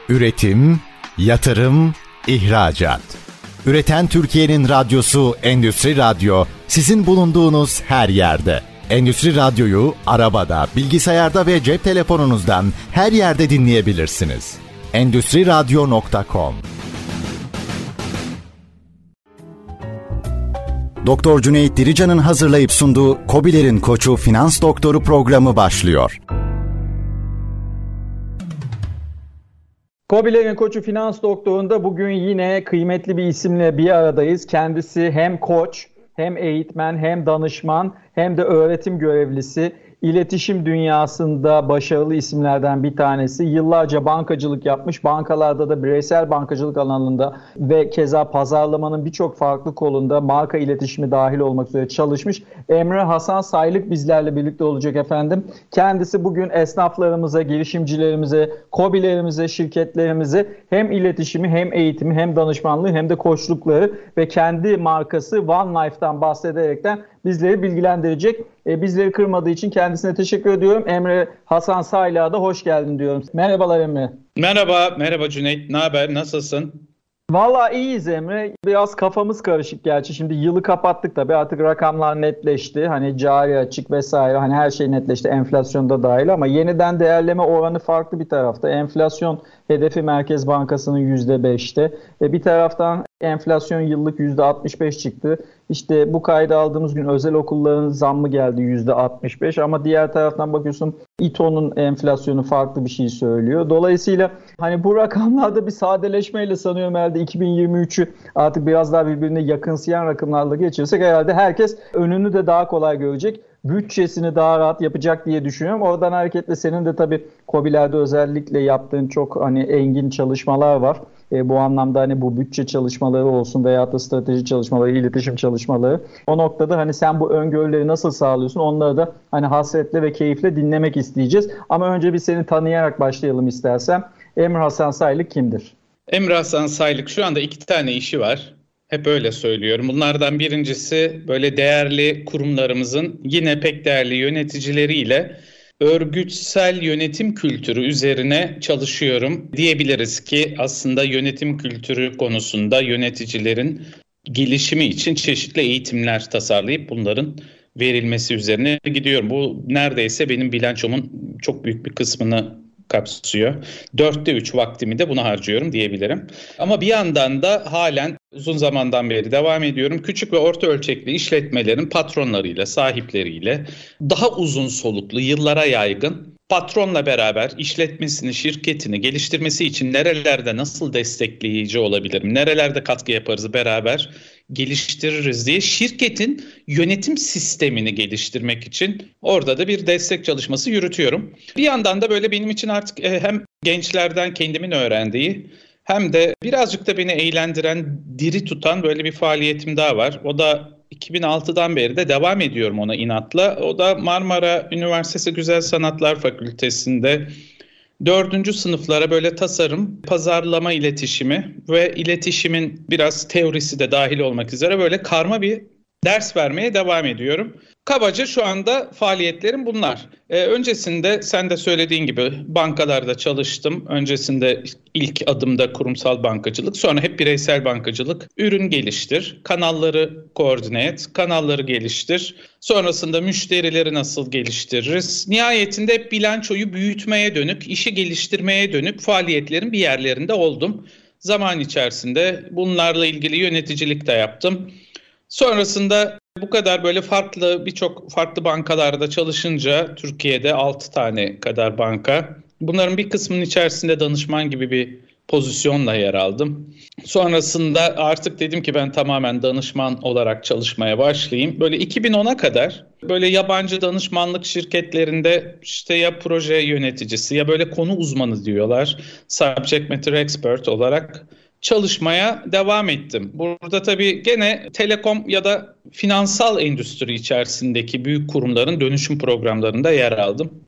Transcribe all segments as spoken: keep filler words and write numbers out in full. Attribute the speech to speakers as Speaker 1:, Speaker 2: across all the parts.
Speaker 1: Üretim, yatırım, ihracat. Üreten Türkiye'nin radyosu Endüstri Radyo, sizin bulunduğunuz her yerde. Endüstri Radyo'yu arabada, bilgisayarda ve cep telefonunuzdan her yerde dinleyebilirsiniz. endüstri radyo nokta com. Doktor Cüneyt Dirican'ın hazırlayıp sunduğu KOBİ'lerin Koçu Finans Doktoru programı başlıyor.
Speaker 2: KOBİ'lerin Koçu Finans Doktoru'nda bugün yine kıymetli bir isimle bir aradayız. Kendisi hem koç, hem eğitmen, hem danışman, hem de öğretim görevlisi. İletişim dünyasında başarılı isimlerden bir tanesi. Yıllarca bankacılık yapmış. Bankalarda da bireysel bankacılık alanında ve keza pazarlamanın birçok farklı kolunda marka iletişimi dahil olmak üzere çalışmış. Emre Hasan Saylık bizlerle birlikte olacak efendim. Kendisi bugün esnaflarımıza, girişimcilerimize, KOBİ'lerimize, şirketlerimize hem iletişimi, hem eğitimi, hem danışmanlığı, hem de koçlukları ve kendi markası One Life'tan bahsederekten bizleri bilgilendirecek. E, bizleri kırmadığı için kendisine teşekkür ediyorum. Emre Hasan Saylık'a da hoş geldin diyorum. Merhabalar Emre.
Speaker 3: Merhaba, merhaba Cüneyt. Ne haber, nasılsın?
Speaker 2: Vallahi iyiyiz Emre. Biraz kafamız karışık gerçi. Şimdi yılı kapattık tabii. Artık rakamlar netleşti. Hani cari açık vesaire. Hani her şey netleşti. Enflasyon da dahil ama yeniden değerleme oranı farklı bir tarafta. Enflasyon hedefi Merkez Bankası'nın yüzde beşte. E bir taraftan enflasyon yıllık yüzde altmış beş çıktı. İşte bu kaydı aldığımız gün özel okulların zammı geldi yüzde altmış beş ama diğer taraftan bakıyorsun İTO'nun enflasyonu farklı bir şey söylüyor. Dolayısıyla hani bu rakamlarda bir sadeleşmeyle sanıyorum herhalde iki bin yirmi üçü artık biraz daha birbirine yakınsayan rakamlarla geçirsek herhalde herkes önünü de daha kolay görecek. Bütçesini daha rahat yapacak diye düşünüyorum. Oradan hareketle senin de tabii KOBİ'lerde özellikle yaptığın çok hani engin çalışmalar var. E, bu anlamda hani bu bütçe çalışmaları olsun veya da strateji çalışmaları, iletişim çalışmaları. O noktada hani sen bu öngörüleri nasıl sağlıyorsun? Onları da hani hasretle ve keyifle dinlemek isteyeceğiz. Ama önce bir seni tanıyarak başlayalım istersen. Emre Hasan Saylık kimdir?
Speaker 3: Emre Hasan Saylık şu anda iki tane işi var. Hep öyle söylüyorum. Bunlardan birincisi böyle değerli kurumlarımızın yine pek değerli yöneticileriyle örgütsel yönetim kültürü üzerine çalışıyorum. Diyebiliriz ki aslında yönetim kültürü konusunda yöneticilerin gelişimi için çeşitli eğitimler tasarlayıp bunların verilmesi üzerine gidiyorum. Bu neredeyse benim bilançomun çok büyük bir kısmını kapsıyor. Dörtte üç vaktimi de buna harcıyorum diyebilirim. Ama bir yandan da halen uzun zamandan beri devam ediyorum. Küçük ve orta ölçekli işletmelerin patronlarıyla, sahipleriyle daha uzun soluklu, yıllara yaygın patronla beraber işletmesini, şirketini geliştirmesi için nerelerde nasıl destekleyici olabilirim, nerelerde katkı yaparız beraber geliştiririz diye şirketin yönetim sistemini geliştirmek için orada da bir destek çalışması yürütüyorum. Bir yandan da böyle benim için artık hem gençlerden kendimin öğrendiği hem de birazcık da beni eğlendiren, diri tutan böyle bir faaliyetim daha var. O da iki bin altıdan beri de devam ediyorum ona inatla. O da Marmara Üniversitesi Güzel Sanatlar Fakültesi'nde dördüncü sınıflara böyle tasarım, pazarlama iletişimi ve iletişimin biraz teorisi de dahil olmak üzere böyle karma bir ders vermeye devam ediyorum. Kabaca şu anda faaliyetlerim bunlar. Ee, öncesinde sen de söylediğin gibi bankalarda çalıştım. Öncesinde ilk adımda kurumsal bankacılık, sonra hep bireysel bankacılık. Ürün geliştir, kanalları koordine et, kanalları geliştir. Sonrasında müşterileri nasıl geliştiririz? Nihayetinde hep bilançoyu büyütmeye dönük, işi geliştirmeye dönük faaliyetlerin bir yerlerinde oldum. Zaman içerisinde bunlarla ilgili yöneticilik de yaptım. Sonrasında bu kadar böyle farklı birçok farklı bankalarda çalışınca Türkiye'de altı tane kadar banka. Bunların bir kısmının içerisinde danışman gibi bir pozisyonla yer aldım. Sonrasında artık dedim ki ben tamamen danışman olarak çalışmaya başlayayım. Böyle iki bin ona kadar böyle yabancı danışmanlık şirketlerinde işte ya proje yöneticisi ya böyle konu uzmanı diyorlar. Subject matter expert olarak çalışmaya devam ettim. Burada tabii gene telekom ya da finansal endüstri içerisindeki büyük kurumların dönüşüm programlarında yer aldım.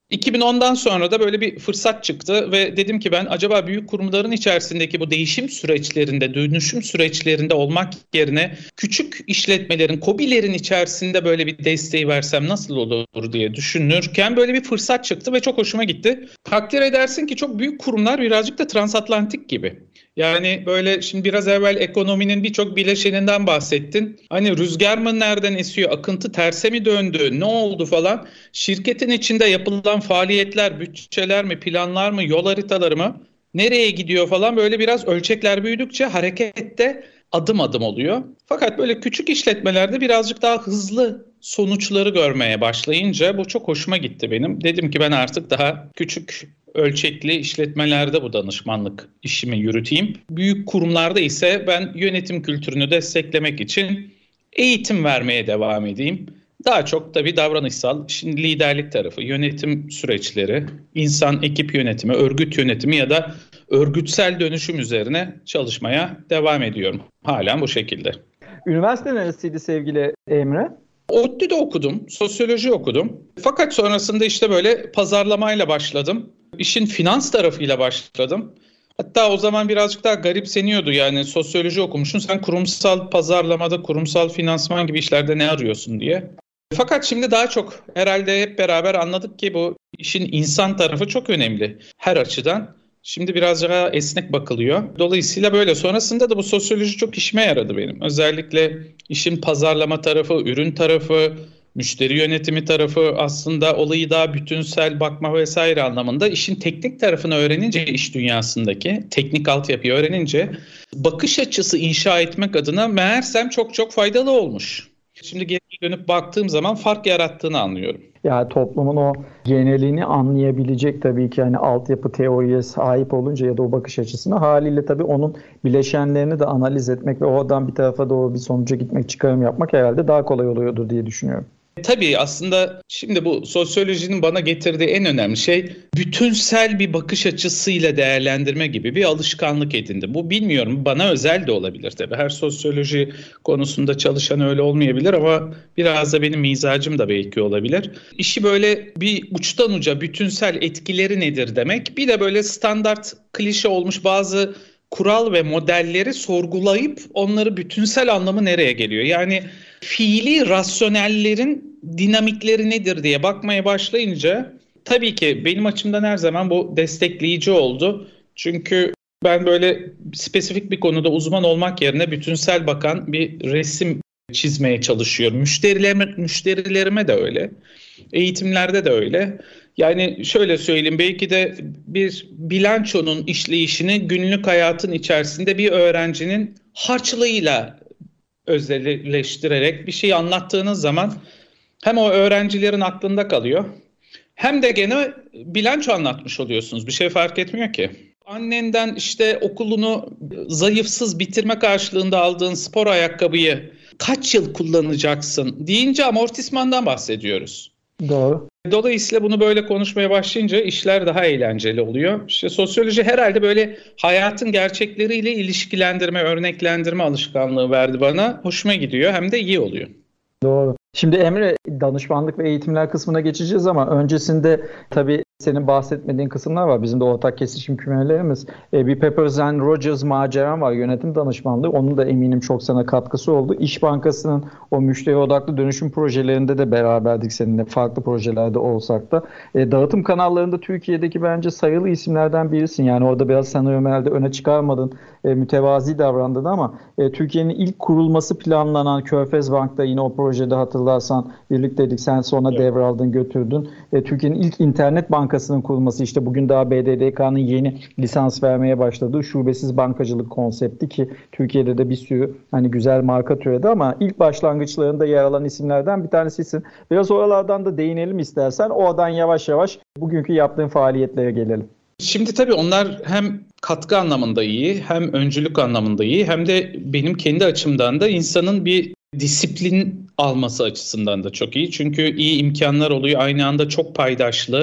Speaker 3: iki bin ondan sonra da böyle bir fırsat çıktı ve dedim ki ben acaba büyük kurumların içerisindeki bu değişim süreçlerinde, dönüşüm süreçlerinde olmak yerine küçük işletmelerin, KOBİ'lerin içerisinde böyle bir desteği versem nasıl olur diye düşünürken böyle bir fırsat çıktı ve çok hoşuma gitti. Takdir edersin ki çok büyük kurumlar birazcık da transatlantik gibi. Yani böyle şimdi biraz evvel ekonominin birçok bileşeninden bahsettin. Hani rüzgar mı nereden esiyor, akıntı terse mi döndü, ne oldu falan. Şirketin içinde yapılan faaliyetler, bütçeler mi, planlar mı, yol haritaları mı, nereye gidiyor falan böyle biraz ölçekler büyüdükçe harekette adım adım oluyor. Fakat böyle küçük işletmelerde birazcık daha hızlı sonuçları görmeye başlayınca bu çok hoşuma gitti benim. Dedim ki ben artık daha küçük ölçekli işletmelerde bu danışmanlık işimi yürüteyim. Büyük kurumlarda ise ben yönetim kültürünü desteklemek için eğitim vermeye devam edeyim. Daha çok tabii davranışsal, şimdi liderlik tarafı, yönetim süreçleri, insan ekip yönetimi, örgüt yönetimi ya da örgütsel dönüşüm üzerine çalışmaya devam ediyorum. Halen bu şekilde.
Speaker 2: Üniversite neresiydi sevgili Emre?
Speaker 3: ODTÜ'de okudum, sosyoloji okudum. Fakat sonrasında işte böyle pazarlamayla başladım. İşin finans tarafıyla başladım. Hatta o zaman birazcık daha garipseniyordu, yani sosyoloji okumuşsun sen kurumsal pazarlamada, kurumsal finansman gibi işlerde ne arıyorsun diye. Fakat şimdi daha çok herhalde hep beraber anladık ki bu işin insan tarafı çok önemli her açıdan. Şimdi biraz daha esnek bakılıyor. Dolayısıyla böyle sonrasında da bu sosyoloji çok işime yaradı benim. Özellikle işin pazarlama tarafı, ürün tarafı, müşteri yönetimi tarafı, aslında olayı daha bütünsel bakma vesaire anlamında işin teknik tarafını öğrenince, iş dünyasındaki teknik altyapıyı öğrenince bakış açısı inşa etmek adına meğersem çok çok faydalı olmuş. Şimdi geri dönüp baktığım zaman fark yarattığını anlıyorum.
Speaker 2: Yani toplumun o genelini anlayabilecek tabii ki hani altyapı teoriye sahip olunca ya da o bakış açısına haliyle tabii onun bileşenlerini de analiz etmek ve oradan bir tarafa doğru bir sonuca gitmek, çıkarım yapmak herhalde daha kolay oluyordur diye düşünüyorum.
Speaker 3: Tabii aslında şimdi bu sosyolojinin bana getirdiği en önemli şey bütünsel bir bakış açısıyla değerlendirme gibi bir alışkanlık edindi. Bu bilmiyorum, bana özel de olabilir tabii. Her sosyoloji konusunda çalışan öyle olmayabilir ama biraz da benim mizacım da belki olabilir. İşi böyle bir uçtan uca bütünsel etkileri nedir demek, bir de böyle standart klişe olmuş bazı kural ve modelleri sorgulayıp onları bütünsel anlamı nereye geliyor? Yani fiili rasyonellerin dinamikleri nedir diye bakmaya başlayınca tabii ki benim açımdan her zaman bu destekleyici oldu. Çünkü ben böyle spesifik bir konuda uzman olmak yerine bütünsel bakan bir resim çizmeye çalışıyorum. Müşterilerime, müşterilerime de öyle, eğitimlerde de öyle. Yani şöyle söyleyeyim, belki de bir bilançonun işleyişini günlük hayatın içerisinde bir öğrencinin harçlığıyla özelleştirerek bir şey anlattığınız zaman hem o öğrencilerin aklında kalıyor hem de gene bilanço anlatmış oluyorsunuz. Bir şey fark etmiyor ki. Annenden işte okulunu zayıfsız bitirme karşılığında aldığın spor ayakkabıyı kaç yıl kullanacaksın deyince amortismandan bahsediyoruz.
Speaker 2: Doğru.
Speaker 3: Dolayısıyla bunu böyle konuşmaya başlayınca işler daha eğlenceli oluyor. İşte sosyoloji herhalde böyle hayatın gerçekleriyle ilişkilendirme, örneklendirme alışkanlığı verdi bana. Hoşuma gidiyor, hem de iyi oluyor.
Speaker 2: Doğru. Şimdi Emre, danışmanlık ve eğitimler kısmına geçeceğiz ama öncesinde tabii senin bahsetmediğin kısımlar var. Bizim de ortak kesişim kümelerimiz. E, bir Peppers and Rogers maceram var, yönetim danışmanlığı. Onun da eminim çok sana katkısı oldu. İş Bankası'nın o müşteri odaklı dönüşüm projelerinde de beraberdik seninle. Farklı projelerde olsak da. E, dağıtım kanallarında Türkiye'deki bence sayılı isimlerden birisin. Yani orada biraz sanıyorum herhalde öne çıkarmadın. E, mütevazi davrandın ama e, Türkiye'nin ilk kurulması planlanan Körfez Bank'ta yine o projede hatırlarsan birlikteydik. Sen sonra evet. devraldın, götürdün. E, Türkiye'nin ilk internet bankasının kurulması, işte bugün daha B D D K'nın yeni lisans vermeye başladığı şubesiz bankacılık konsepti ki Türkiye'de de bir sürü hani güzel marka türedi ama ilk başlangıçlarında yer alan isimlerden bir tanesisin. Biraz oralardan da değinelim istersen. Oradan yavaş yavaş bugünkü yaptığın faaliyetlere gelelim.
Speaker 3: Şimdi tabii onlar hem katkı anlamında iyi, hem öncülük anlamında iyi, hem de benim kendi açımdan da insanın bir disiplin alması açısından da çok iyi. Çünkü iyi imkanlar oluyor, aynı anda çok paydaşlı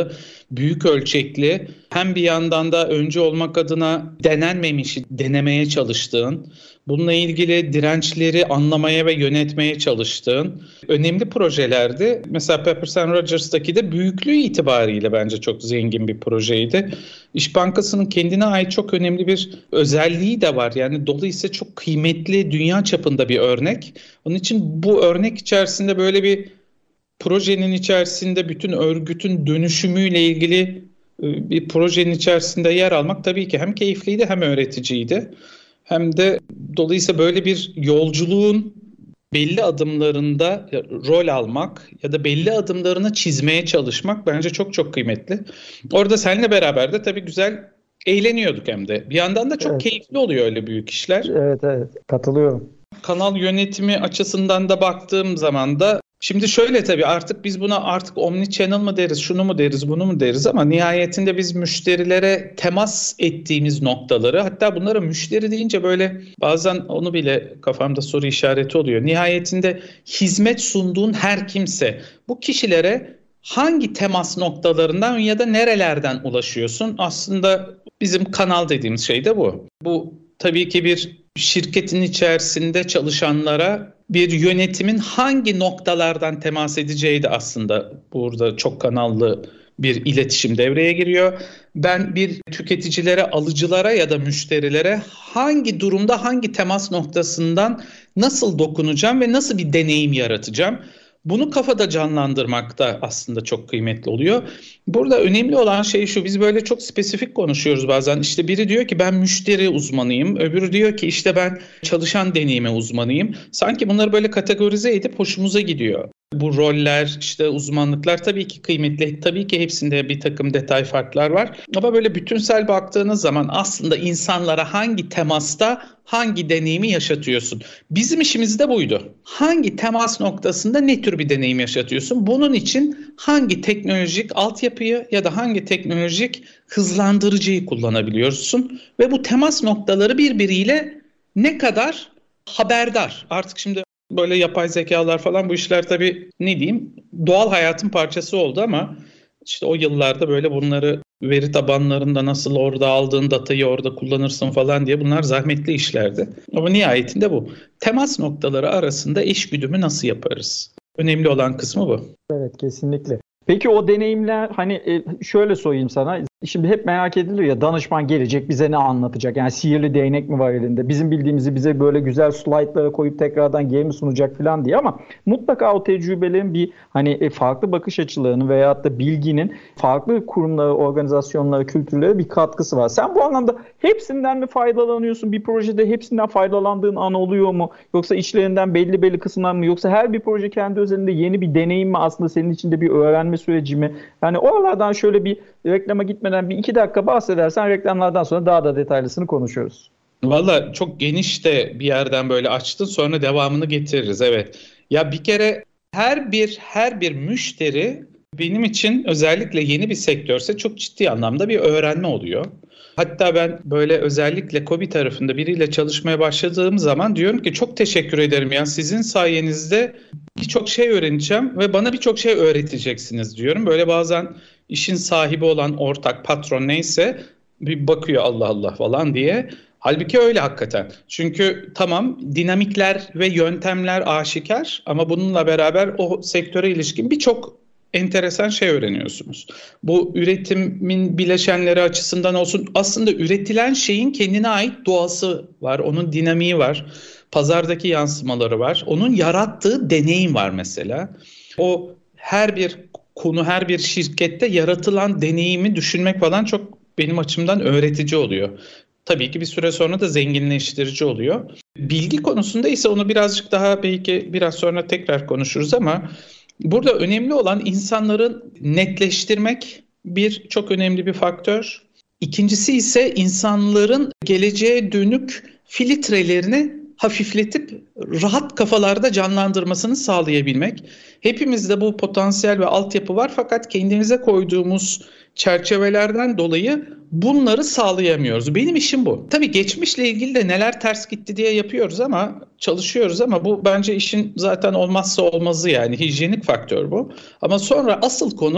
Speaker 3: büyük ölçekli, hem bir yandan da öncü olmak adına denenmemişi denemeye çalıştığın, bununla ilgili dirençleri anlamaya ve yönetmeye çalıştığın önemli projelerdi. Mesela Peppers and Rogers'taki de büyüklüğü itibariyle bence çok zengin bir projeydi. İş Bankası'nın kendine ait çok önemli bir özelliği de var. Yani dolayısıyla çok kıymetli, dünya çapında bir örnek. Onun için bu örnek içerisinde böyle bir projenin içerisinde bütün örgütün dönüşümüyle ilgili bir projenin içerisinde yer almak tabii ki hem keyifliydi hem öğreticiydi. Hem de dolayısıyla böyle bir yolculuğun belli adımlarında rol almak ya da belli adımlarını çizmeye çalışmak bence çok çok kıymetli. Orada seninle beraber de tabii güzel eğleniyorduk hem de. Bir yandan da çok
Speaker 2: Evet.
Speaker 3: Keyifli oluyor öyle büyük işler.
Speaker 2: Evet evet, katılıyorum.
Speaker 3: Kanal yönetimi açısından da baktığım zaman da şimdi şöyle tabii artık biz buna artık omnichannel mı deriz, şunu mu deriz, bunu mu deriz ama nihayetinde biz müşterilere temas ettiğimiz noktaları, hatta bunlara müşteri deyince böyle bazen onu bile kafamda soru işareti oluyor. Nihayetinde hizmet sunduğun her kimse, bu kişilere hangi temas noktalarından ya da nerelerden ulaşıyorsun? Aslında bizim kanal dediğimiz şey de bu. Bu tabii ki bir şirketin içerisinde çalışanlara bir yönetimin hangi noktalardan temas edeceği de aslında burada çok kanallı bir iletişim devreye giriyor. Ben bir tüketicilere, alıcılara ya da müşterilere hangi durumda, hangi temas noktasından nasıl dokunacağım ve nasıl bir deneyim yaratacağım? Bunu kafada canlandırmak da aslında çok kıymetli oluyor. Burada önemli olan şey şu, biz böyle çok spesifik konuşuyoruz bazen. İşte biri diyor ki ben müşteri uzmanıyım, öbürü diyor ki işte ben çalışan deneyimi uzmanıyım. Sanki bunları böyle kategorize edip hoşumuza gidiyor. Bu roller, işte uzmanlıklar tabii ki kıymetli, tabii ki hepsinde bir takım detay farklar var. Ama böyle bütünsel baktığınız zaman aslında insanlara hangi temasta hangi deneyimi yaşatıyorsun? Bizim işimiz de buydu. Hangi temas noktasında ne tür bir deneyim yaşatıyorsun? Bunun için hangi teknolojik altyapıyı ya da hangi teknolojik hızlandırıcıyı kullanabiliyorsun? Ve bu temas noktaları birbiriyle ne kadar haberdar? Artık şimdi böyle yapay zekalar falan, bu işler tabii ne diyeyim doğal hayatın parçası oldu ama işte o yıllarda böyle bunları veri tabanlarında nasıl orada aldığın datayı orada kullanırsın falan diye bunlar zahmetli işlerdi. Ama nihayetinde bu. Temas noktaları arasında iş güdümü nasıl yaparız? Önemli olan kısmı bu.
Speaker 2: Evet, kesinlikle. Peki o deneyimler, hani şöyle sorayım sana. Şimdi hep merak ediliyor ya, danışman gelecek bize ne anlatacak? Yani sihirli değnek mi var elinde? Bizim bildiğimizi bize böyle güzel slaytlara koyup tekrardan geri mi sunacak falan diye, ama mutlaka o tecrübelerin bir hani farklı bakış açılarını veyahut da bilginin farklı kurumlara, organizasyonlara, kültürlere bir katkısı var. Sen bu anlamda hepsinden mi faydalanıyorsun? Bir projede hepsinden faydalandığın an oluyor mu? Yoksa içlerinden belli belli kısımlar mı? Yoksa her bir proje kendi özelinde yeni bir deneyim mi? Aslında senin içinde bir öğrenme süreci mi? Yani oralardan şöyle bir reklama gitmeden bir iki dakika bahsedersen, reklamlardan sonra daha da detaylısını konuşuyoruz.
Speaker 3: Valla çok geniş de bir yerden böyle açtın, sonra devamını getiririz. Evet. Ya bir kere her bir her bir müşteri benim için, özellikle yeni bir sektörse, çok ciddi anlamda bir öğrenme oluyor. Hatta ben böyle özellikle KOBİ tarafında biriyle çalışmaya başladığım zaman diyorum ki çok teşekkür ederim ya, sizin sayenizde birçok şey öğreneceğim ve bana birçok şey öğreteceksiniz diyorum. Böyle bazen işin sahibi olan ortak, patron neyse bir bakıyor Allah Allah falan diye. Halbuki öyle hakikaten. Çünkü tamam, dinamikler ve yöntemler aşikar ama bununla beraber o sektöre ilişkin birçok enteresan şey öğreniyorsunuz. Bu üretimin bileşenleri açısından olsun, aslında üretilen şeyin kendine ait doğası var, onun dinamiği var, pazardaki yansımaları var, onun yarattığı deneyim var mesela. O her bir konu, her bir şirkette yaratılan deneyimi düşünmek falan çok benim açımdan öğretici oluyor. Tabii ki bir süre sonra da zenginleştirici oluyor. Bilgi konusunda ise onu birazcık daha belki biraz sonra tekrar konuşuruz ama burada önemli olan insanların netleştirmek bir çok önemli bir faktör. İkincisi ise insanların geleceğe dönük filtrelerini hafifletip rahat kafalarda canlandırmasını sağlayabilmek. Hepimizde bu potansiyel ve altyapı var, fakat kendimize koyduğumuz çerçevelerden dolayı bunları sağlayamıyoruz. Benim işim bu. Tabii geçmişle ilgili de neler ters gitti diye yapıyoruz ama çalışıyoruz ama bu bence işin zaten olmazsa olmazı, yani hijyenik faktör bu. Ama sonra asıl konu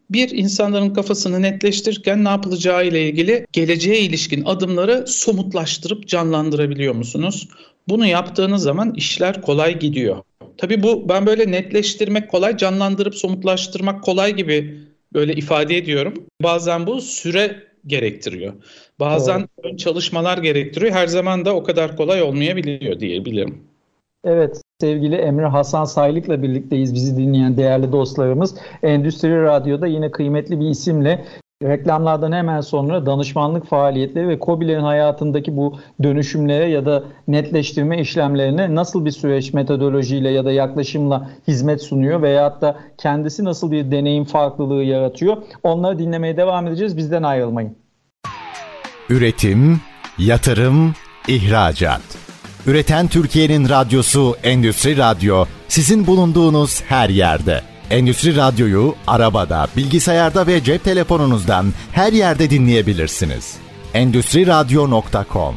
Speaker 3: Bir, insanların kafasını netleştirirken ne yapılacağı ile ilgili geleceğe ilişkin adımları somutlaştırıp canlandırabiliyor musunuz? Bunu yaptığınız zaman işler kolay gidiyor. Tabii bu, ben böyle netleştirmek kolay, canlandırıp somutlaştırmak kolay gibi böyle ifade ediyorum. Bazen bu süre gerektiriyor. Bazen ön çalışmalar gerektiriyor. Her zaman da o kadar kolay olmayabiliyor diyebilirim.
Speaker 2: Evet, sevgili Emre Hasan Saylık'la birlikteyiz, bizi dinleyen değerli dostlarımız. Endüstri Radyo'da yine kıymetli bir isimle reklamlardan hemen sonra danışmanlık faaliyetleri ve KOBİ'lerin hayatındaki bu dönüşümlere ya da netleştirme işlemlerine nasıl bir süreç, metodolojiyle ya da yaklaşımla hizmet sunuyor veyahut da kendisi nasıl bir deneyim farklılığı yaratıyor, onları dinlemeye devam edeceğiz. Bizden ayrılmayın.
Speaker 1: Üretim, yatırım, ihracat. Üreten Türkiye'nin radyosu Endüstri Radyo, sizin bulunduğunuz her yerde. Endüstri Radyo'yu arabada, bilgisayarda ve cep telefonunuzdan her yerde dinleyebilirsiniz. endüstri radyo nokta com.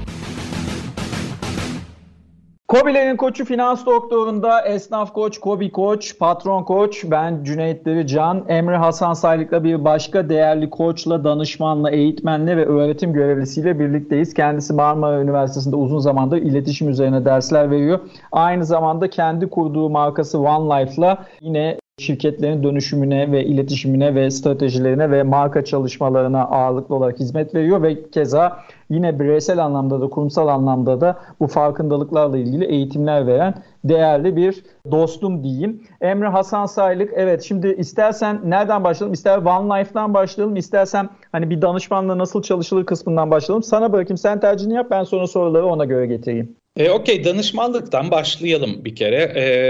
Speaker 2: KOBİ'lerin koçu, finans doktorunda esnaf koç, KOBİ koç, patron koç, ben Cüneyt Dirican. Emre Hasan Saylık'la bir başka değerli koçla, danışmanla, eğitmenle ve öğretim görevlisiyle birlikteyiz. Kendisi Marmara Üniversitesi'nde uzun zamandır iletişim üzerine dersler veriyor. Aynı zamanda kendi kurduğu markası One Life'la yine şirketlerin dönüşümüne ve iletişimine ve stratejilerine ve marka çalışmalarına ağırlıklı olarak hizmet veriyor ve keza yine bireysel anlamda da kurumsal anlamda da bu farkındalıklarla ilgili eğitimler veren değerli bir dostum diyeyim. Emre Hasan Saylık, evet, şimdi istersen nereden başlayalım? İster One Life'dan başlayalım, istersen hani bir danışmanla nasıl çalışılır kısmından başlayalım. Sana bırakayım, sen tercihini yap, ben sonra soruları ona göre getireyim.
Speaker 3: E, Okey, danışmanlıktan başlayalım bir kere.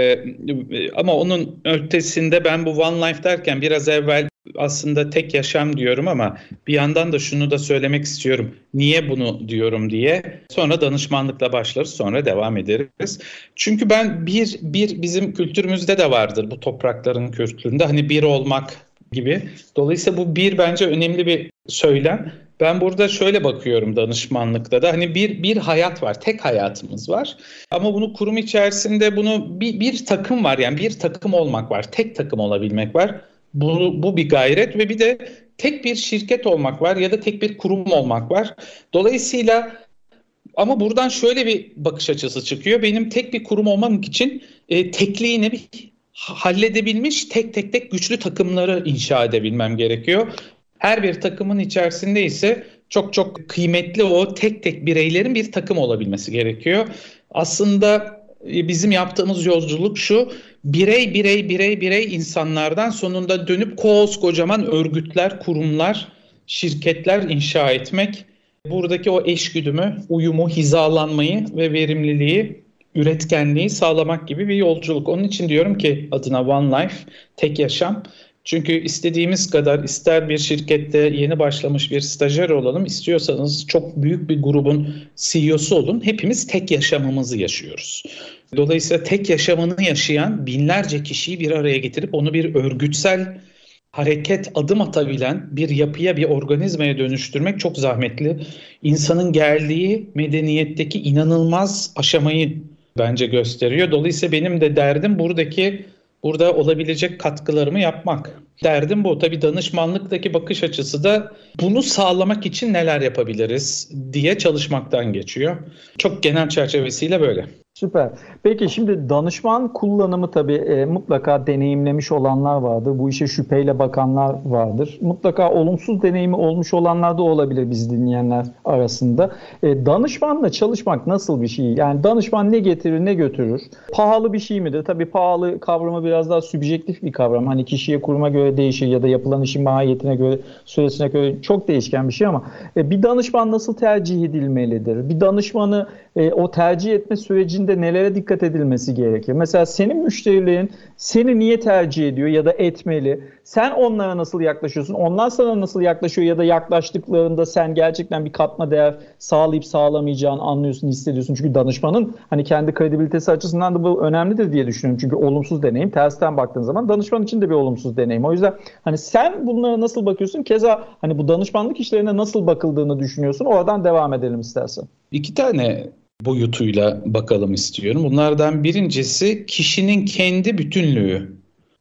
Speaker 3: E, ama onun ötesinde ben bu One Life derken biraz evvel aslında tek yaşam diyorum ama bir yandan da şunu da söylemek istiyorum. Niye bunu diyorum diye. Sonra danışmanlıkla başlarız, sonra devam ederiz. Çünkü ben bir, bir bizim kültürümüzde de vardır, bu toprakların kültüründe hani bir olmak gibi. Dolayısıyla bu bir bence önemli bir söylem. Ben burada şöyle bakıyorum danışmanlıkta da, hani bir bir hayat var, tek hayatımız var. Ama bunu kurum içerisinde bunu bir, bir takım var, yani bir takım olmak var, tek takım olabilmek var. Bu, bu bir gayret ve bir de tek bir şirket olmak var ya da tek bir kurum olmak var. Dolayısıyla ama buradan şöyle bir bakış açısı çıkıyor. Benim tek bir kurum olmam için e, tekliğini bir halledebilmiş, tek tek tek güçlü takımları inşa edebilmem gerekiyor. Her bir takımın içerisinde ise çok çok kıymetli o tek tek bireylerin bir takım olabilmesi gerekiyor. Aslında bizim yaptığımız yolculuk şu: birey birey birey birey insanlardan sonunda dönüp koskocaman örgütler, kurumlar, şirketler inşa etmek. Buradaki o eşgüdümü, uyumu, hizalanmayı ve verimliliği, üretkenliği sağlamak gibi bir yolculuk. Onun için diyorum ki adına One Life, tek yaşam. Çünkü istediğimiz kadar, ister bir şirkette yeni başlamış bir stajyer olalım, istiyorsanız çok büyük bir grubun C E O'su olun, hepimiz tek yaşamımızı yaşıyoruz. Dolayısıyla tek yaşamını yaşayan binlerce kişiyi bir araya getirip onu bir örgütsel hareket, adım atabilen bir yapıya, bir organizmaya dönüştürmek çok zahmetli. İnsanın geldiği medeniyetteki inanılmaz aşamayı bence gösteriyor. Dolayısıyla benim de derdim buradaki Burada olabilecek katkılarımı yapmak. Derdim bu. Tabii danışmanlıktaki bakış açısı da bunu sağlamak için neler yapabiliriz diye çalışmaktan geçiyor. Çok genel çerçevesiyle böyle.
Speaker 2: Süper. Peki şimdi danışman kullanımı tabii e, mutlaka deneyimlemiş olanlar vardır. Bu işe şüpheyle bakanlar vardır. Mutlaka olumsuz deneyimi olmuş olanlar da olabilir bizi dinleyenler arasında. E, danışmanla çalışmak nasıl bir şey? Yani danışman ne getirir ne götürür? Pahalı bir şey midir? Tabii pahalı kavramı biraz daha sübjektif bir kavram. Hani kişiye, kuruma göre değişir ya da yapılan işin mahiyetine göre, süresine göre çok değişken bir şey ama e, bir danışman nasıl tercih edilmelidir? Bir danışmanı e, o tercih etme sürecinde nelere dikkat edilmesi gerekir? Mesela senin müşterilerin seni niye tercih ediyor ya da etmeli? Sen onlara nasıl yaklaşıyorsun? Onlar sana nasıl yaklaşıyor ya da yaklaştıklarında sen gerçekten bir katma değer sağlayıp sağlamayacağını anlıyorsun, hissediyorsun. Çünkü danışmanın hani kendi kredibilitesi açısından da bu önemlidir diye düşünüyorum. Çünkü olumsuz deneyim, tersten baktığın zaman danışman için de bir olumsuz deneyim. O yüzden hani sen bunlara nasıl bakıyorsun? Keza hani bu danışmanlık işlerine nasıl bakıldığını düşünüyorsun? Oradan devam edelim istersen.
Speaker 3: İki tane boyutuyla bakalım istiyorum. Bunlardan birincisi kişinin kendi bütünlüğü.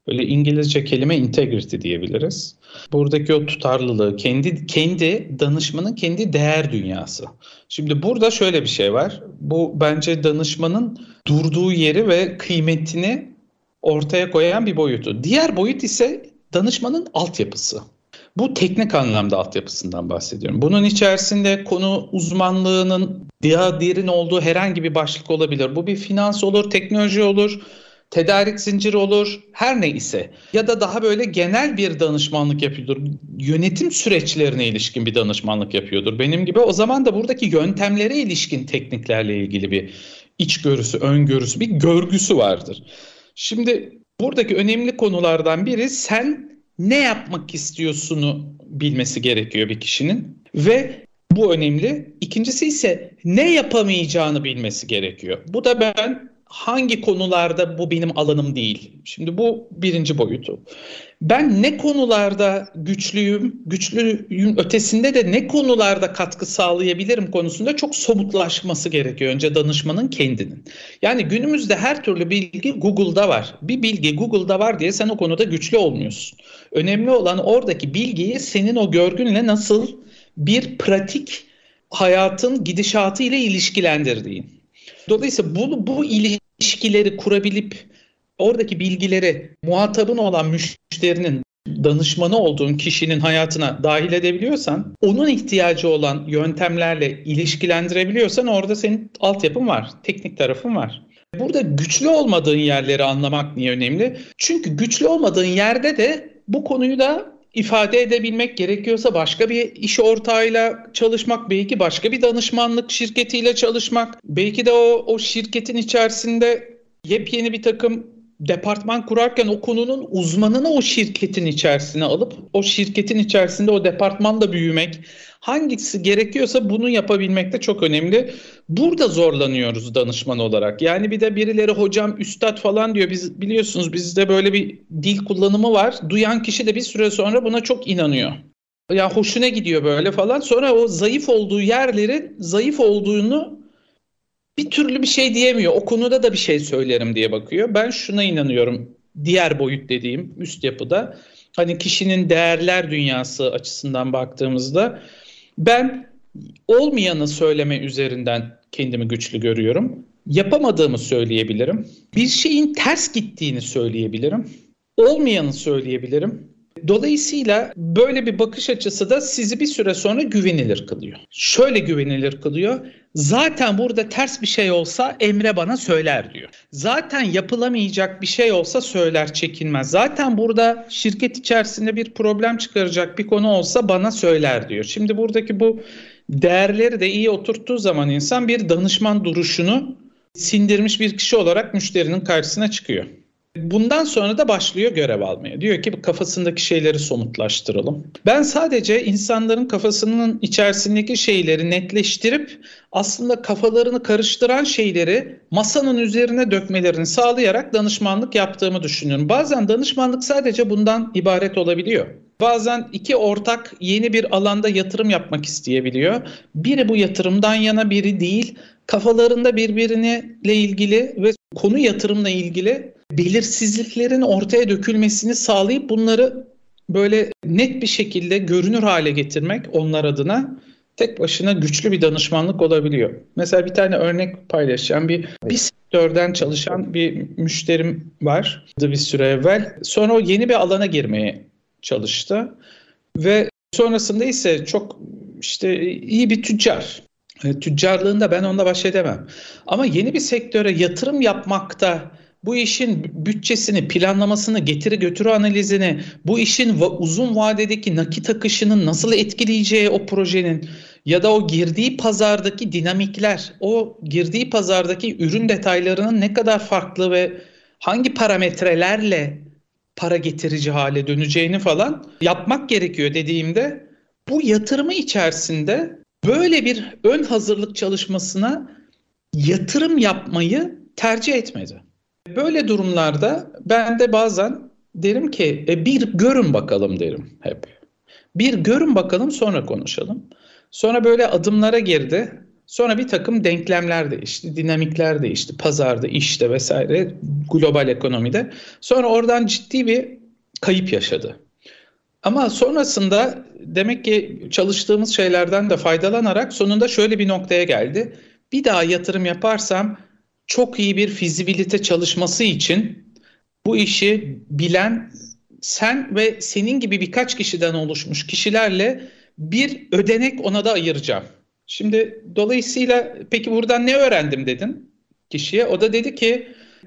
Speaker 3: Böyle İngilizce kelime integrity diyebiliriz. Buradaki o tutarlılığı, kendi kendi danışmanın kendi değer dünyası. Şimdi burada şöyle bir şey var. Bu bence danışmanın durduğu yeri ve kıymetini ortaya koyan bir boyutu. Diğer boyut ise danışmanın altyapısı. Bu teknik anlamda altyapısından bahsediyorum. Bunun içerisinde konu uzmanlığının daha derin olduğu herhangi bir başlık olabilir. Bu bir finans olur, teknoloji olur, tedarik zinciri olur, her ne ise. Ya da daha böyle genel bir danışmanlık yapıyordur. Yönetim süreçlerine ilişkin bir danışmanlık yapıyordur. Benim gibi o zaman da buradaki yöntemlere ilişkin tekniklerle ilgili bir içgörüsü, öngörüsü, bir görgüsü vardır. Şimdi buradaki önemli konulardan biri sen ne yapmak istiyorsunu bilmesi gerekiyor bir kişinin ve bu önemli. İkincisi ise ne yapamayacağını bilmesi gerekiyor. Bu da ben hangi konularda bu benim alanım değil. Şimdi bu birinci boyutu. Ben ne konularda güçlüyüm, güçlüyüm ötesinde de ne konularda katkı sağlayabilirim konusunda çok somutlaşması gerekiyor önce danışmanın kendinin. Yani günümüzde her türlü bilgi Google'da var. Bir bilgi Google'da var diye sen o konuda güçlü olmuyorsun. Önemli olan oradaki bilgiyi senin o görgünle nasıl bir pratik hayatın gidişatı ile ilişkilendirdiğin. Dolayısıyla bu, bu ilişkileri kurabilip oradaki bilgileri muhatabın olan müşterinin, danışmanı olduğun kişinin hayatına dahil edebiliyorsan, onun ihtiyacı olan yöntemlerle ilişkilendirebiliyorsan orada senin altyapın var, teknik tarafın var. Burada güçlü olmadığın yerleri anlamak niye önemli? Çünkü güçlü olmadığın yerde de bu konuyu da ifade edebilmek gerekiyorsa başka bir iş ortağıyla çalışmak, belki başka bir danışmanlık şirketiyle çalışmak, belki de o, o şirketin içerisinde yepyeni bir takım departman kurarken o konunun uzmanını o şirketin içerisine alıp o şirketin içerisinde o departmanla büyümek, hangisi gerekiyorsa bunu yapabilmek de çok önemli. Burada zorlanıyoruz danışman olarak. Yani bir de birileri hocam, üstad falan diyor. Biz biliyorsunuz bizde böyle bir dil kullanımı var. Duyan kişi de bir süre sonra buna çok inanıyor. Ya hoşuna gidiyor böyle falan. Sonra o zayıf olduğu yerleri zayıf olduğunu bir türlü bir şey diyemiyor. O konuda da bir şey söylerim diye bakıyor. Ben şuna inanıyorum. Diğer boyut dediğim üst yapıda. Hani kişinin değerler dünyası açısından baktığımızda ben olmayanı söyleme üzerinden kendimi güçlü görüyorum. Yapamadığımı söyleyebilirim. Bir şeyin ters gittiğini söyleyebilirim. Olmayanı söyleyebilirim. Dolayısıyla böyle bir bakış açısı da sizi bir süre sonra güvenilir kılıyor. Şöyle güvenilir kılıyor. Zaten burada ters bir şey olsa Emre bana söyler diyor. Zaten yapılamayacak bir şey olsa söyler, çekinmez. Zaten burada şirket içerisinde bir problem çıkaracak bir konu olsa bana söyler diyor. Şimdi buradaki bu değerleri de iyi oturttuğu zaman insan bir danışman duruşunu sindirmiş bir kişi olarak müşterinin karşısına çıkıyor. Bundan sonra da başlıyor görev almaya. Diyor ki kafasındaki şeyleri somutlaştıralım. Ben sadece insanların kafasının içerisindeki şeyleri netleştirip aslında kafalarını karıştıran şeyleri masanın üzerine dökmelerini sağlayarak danışmanlık yaptığımı düşünüyorum. Bazen danışmanlık sadece bundan ibaret olabiliyor. Bazen iki ortak yeni bir alanda yatırım yapmak isteyebiliyor. Biri bu yatırımdan yana, biri değil. Kafalarında birbiriyle ilgili ve konu yatırımla ilgili belirsizliklerin ortaya dökülmesini sağlayıp bunları böyle net bir şekilde görünür hale getirmek onlar adına tek başına güçlü bir danışmanlık olabiliyor. Mesela bir tane örnek paylaşacağım. Bir, bir sektörden çalışan bir müşterim var bir süre evvel. Sonra o yeni bir alana girmeye çalıştı ve sonrasında ise çok işte iyi bir tüccar. Tüccarlığında ben onunla baş edemem. Ama yeni bir sektöre yatırım yapmakta bu işin bütçesini, planlamasını, getiri götürü analizini, bu işin va- uzun vadedeki nakit akışının nasıl etkileyeceği o projenin ya da o girdiği pazardaki dinamikler, o girdiği pazardaki ürün detaylarının ne kadar farklı ve hangi parametrelerle para getirici hale döneceğini falan yapmak gerekiyor dediğimde bu yatırımı içerisinde böyle bir ön hazırlık çalışmasına yatırım yapmayı tercih etmedi. Böyle durumlarda ben de bazen derim ki e, bir görün bakalım derim hep. Bir görün bakalım sonra konuşalım. Sonra böyle adımlara girdi. Sonra bir takım denklemler değişti, dinamikler değişti, pazarda, işte vesaire, global ekonomide. Sonra oradan ciddi bir kayıp yaşadı. Ama sonrasında demek ki çalıştığımız şeylerden de faydalanarak sonunda şöyle bir noktaya geldi. Bir daha yatırım yaparsam çok iyi bir fizibilite çalışması için bu işi bilen sen ve senin gibi birkaç kişiden oluşmuş kişilerle bir ödenek ona da ayıracağım. Şimdi dolayısıyla peki buradan ne öğrendim dedin kişiye. O da dedi ki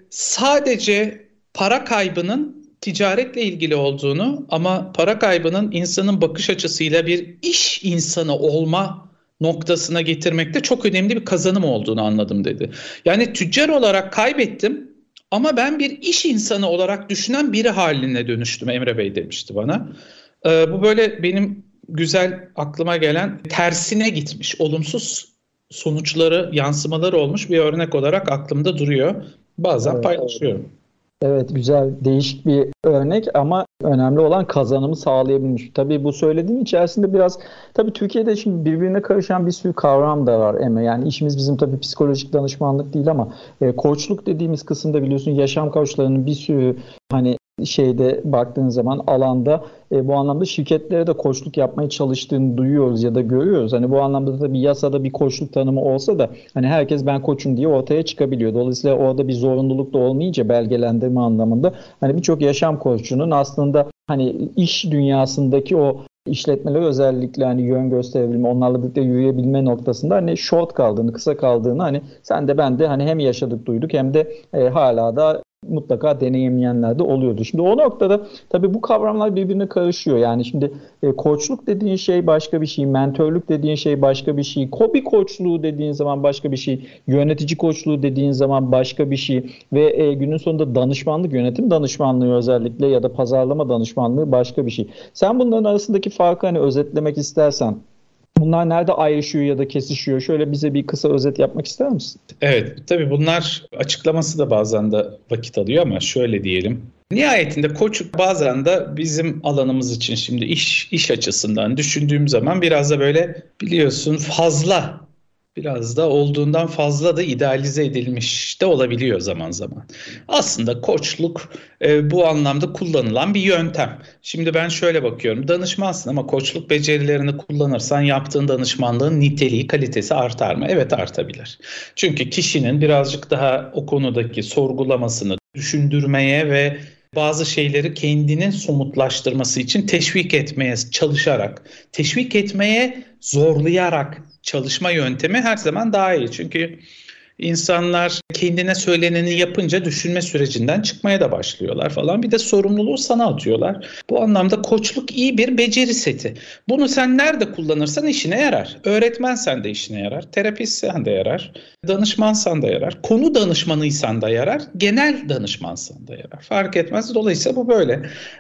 Speaker 3: sadece para kaybının ticaretle ilgili olduğunu ama para kaybının insanın bakış açısıyla bir iş insanı olma noktasına getirmekte çok önemli bir kazanım olduğunu anladım dedi. Yani tüccar olarak kaybettim ama ben bir iş insanı olarak düşünen biri haline dönüştüm Emre Bey demişti bana. Ee, bu böyle benim güzel aklıma gelen tersine gitmiş, olumsuz sonuçları, yansımaları olmuş bir örnek olarak aklımda duruyor. Bazen evet, paylaşıyorum.
Speaker 2: Evet, güzel, değişik bir örnek ama önemli olan kazanımı sağlayabilmiş. Tabii bu söylediğin içerisinde biraz, tabii Türkiye'de şimdi birbirine karışan bir sürü kavram da var Emre. Yani işimiz bizim tabii psikolojik danışmanlık değil ama e, koçluk dediğimiz kısımda biliyorsun yaşam koçlarının bir sürü hani şeyde baktığın zaman alanda e, bu anlamda şirketlere de koçluk yapmaya çalıştığını duyuyoruz ya da görüyoruz. Hani bu anlamda da bir yasada bir koçluk tanımı olsa da hani herkes ben koçum diye ortaya çıkabiliyor. Dolayısıyla orada bir zorunluluk da olmayınca belgelendirme anlamında hani birçok yaşam koçunun aslında hani iş dünyasındaki o işletmeler özellikle hani yön gösterebilme, onlarla birlikte yürüyebilme noktasında hani short kaldığını, kısa kaldığını hani sen de ben de hani hem yaşadık duyduk hem de e, hala da mutlaka deneyimleyenler de oluyordu. Şimdi o noktada tabii bu kavramlar birbirine karışıyor. Yani şimdi e, koçluk dediğin şey başka bir şey, mentörlük dediğin şey başka bir şey, kobi koçluğu dediğin zaman başka bir şey, yönetici koçluğu dediğin zaman başka bir şey ve e, günün sonunda danışmanlık, yönetim danışmanlığı özellikle ya da pazarlama danışmanlığı başka bir şey. Sen bunların arasındaki farkı hani özetlemek istersen, bunlar nerede ayrışıyor ya da kesişiyor? Şöyle bize bir kısa özet yapmak ister misin?
Speaker 3: Evet, tabii bunlar açıklaması da bazen de vakit alıyor ama şöyle diyelim. Nihayetinde koçluk bazen de bizim alanımız için şimdi iş iş açısından düşündüğüm zaman biraz da böyle biliyorsun fazla, biraz da olduğundan fazla da idealize edilmiş de olabiliyor zaman zaman. Aslında koçluk e, bu anlamda kullanılan bir yöntem. Şimdi ben şöyle bakıyorum. Danışmansın ama koçluk becerilerini kullanırsan yaptığın danışmanlığın niteliği, kalitesi artar mı? Evet, artabilir. Çünkü kişinin birazcık daha o konudaki sorgulamasını düşündürmeye ve bazı şeyleri kendinin somutlaştırması için teşvik etmeye çalışarak, teşvik etmeye zorlayarak çalışma yöntemi her zaman daha iyi. Çünkü insanlar kendine söyleneni yapınca düşünme sürecinden çıkmaya da başlıyorlar falan. Bir de sorumluluğu sana atıyorlar. Bu anlamda koçluk iyi bir beceri seti. Bunu sen nerede kullanırsan işine yarar. Öğretmensen de işine yarar. Terapistsen de yarar. Danışmansan da yarar. Konu danışmanıysan da yarar. Genel danışmansan da yarar. Fark etmez. Dolayısıyla bu böyle.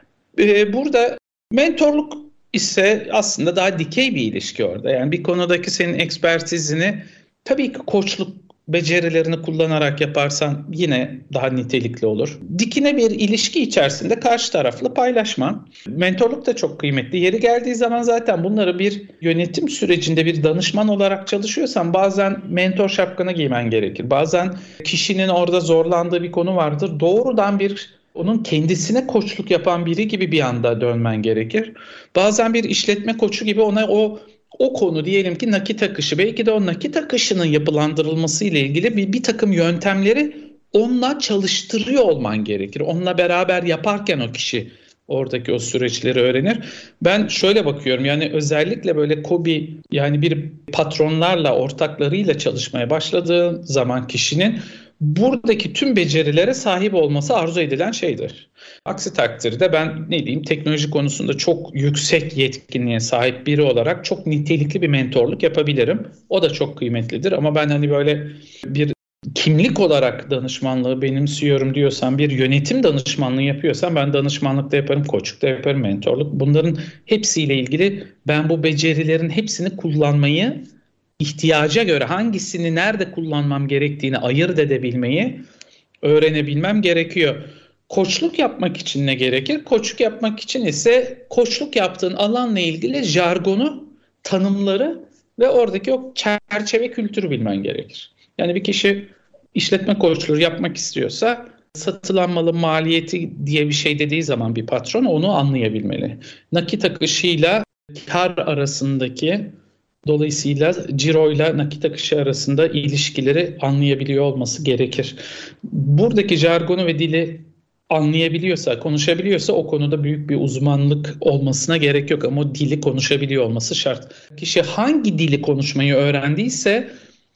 Speaker 3: Ee, burada mentorluk ise aslında daha dikey bir ilişki orada. Yani bir konudaki senin ekspertizini tabii ki koçluk becerilerini kullanarak yaparsan yine daha nitelikli olur. Dikine bir ilişki içerisinde karşı tarafla paylaşman. Mentorluk da çok kıymetli. Yeri geldiği zaman zaten bunları bir yönetim sürecinde bir danışman olarak çalışıyorsan bazen mentor şapkanı giymen gerekir. Bazen kişinin orada zorlandığı bir konu vardır. Doğrudan bir onun kendisine koçluk yapan biri gibi bir anda dönmen gerekir. Bazen bir işletme koçu gibi ona o o konu diyelim ki nakit akışı, belki de o nakit akışının yapılandırılması ile ilgili bir, bir takım yöntemleri onunla çalıştırıyor olman gerekir. Onunla beraber yaparken o kişi oradaki o süreçleri öğrenir. Ben şöyle bakıyorum, yani özellikle böyle KOBİ, yani bir patronlarla, ortaklarıyla çalışmaya başladığı zaman kişinin buradaki tüm becerilere sahip olması arzu edilen şeydir. Aksi takdirde ben ne diyeyim, teknoloji konusunda çok yüksek yetkinliğe sahip biri olarak çok nitelikli bir mentorluk yapabilirim. O da çok kıymetlidir ama ben hani böyle bir kimlik olarak danışmanlığı benimsiyorum diyorsan, bir yönetim danışmanlığı yapıyorsan ben danışmanlık da yaparım, koçluk da yaparım, mentorluk. Bunların hepsiyle ilgili ben bu becerilerin hepsini kullanmayı, ihtiyaca göre hangisini nerede kullanmam gerektiğini ayırt edebilmeyi öğrenebilmem gerekiyor. Koçluk yapmak için ne gerekir? Koçluk yapmak için ise koçluk yaptığın alanla ilgili jargonu, tanımları ve oradaki o çerçeve kültürü bilmen gerekir. Yani bir kişi işletme koçluğu yapmak istiyorsa satılan malın maliyeti diye bir şey dediği zaman bir patron onu anlayabilmeli. Nakit akışıyla kar arasındaki, dolayısıyla ciroyla nakit akışı arasında ilişkileri anlayabiliyor olması gerekir. Buradaki jargonu ve dili anlayabiliyorsa, konuşabiliyorsa o konuda büyük bir uzmanlık olmasına gerek yok ama o dili konuşabiliyor olması şart. Kişi hangi dili konuşmayı öğrendiyse,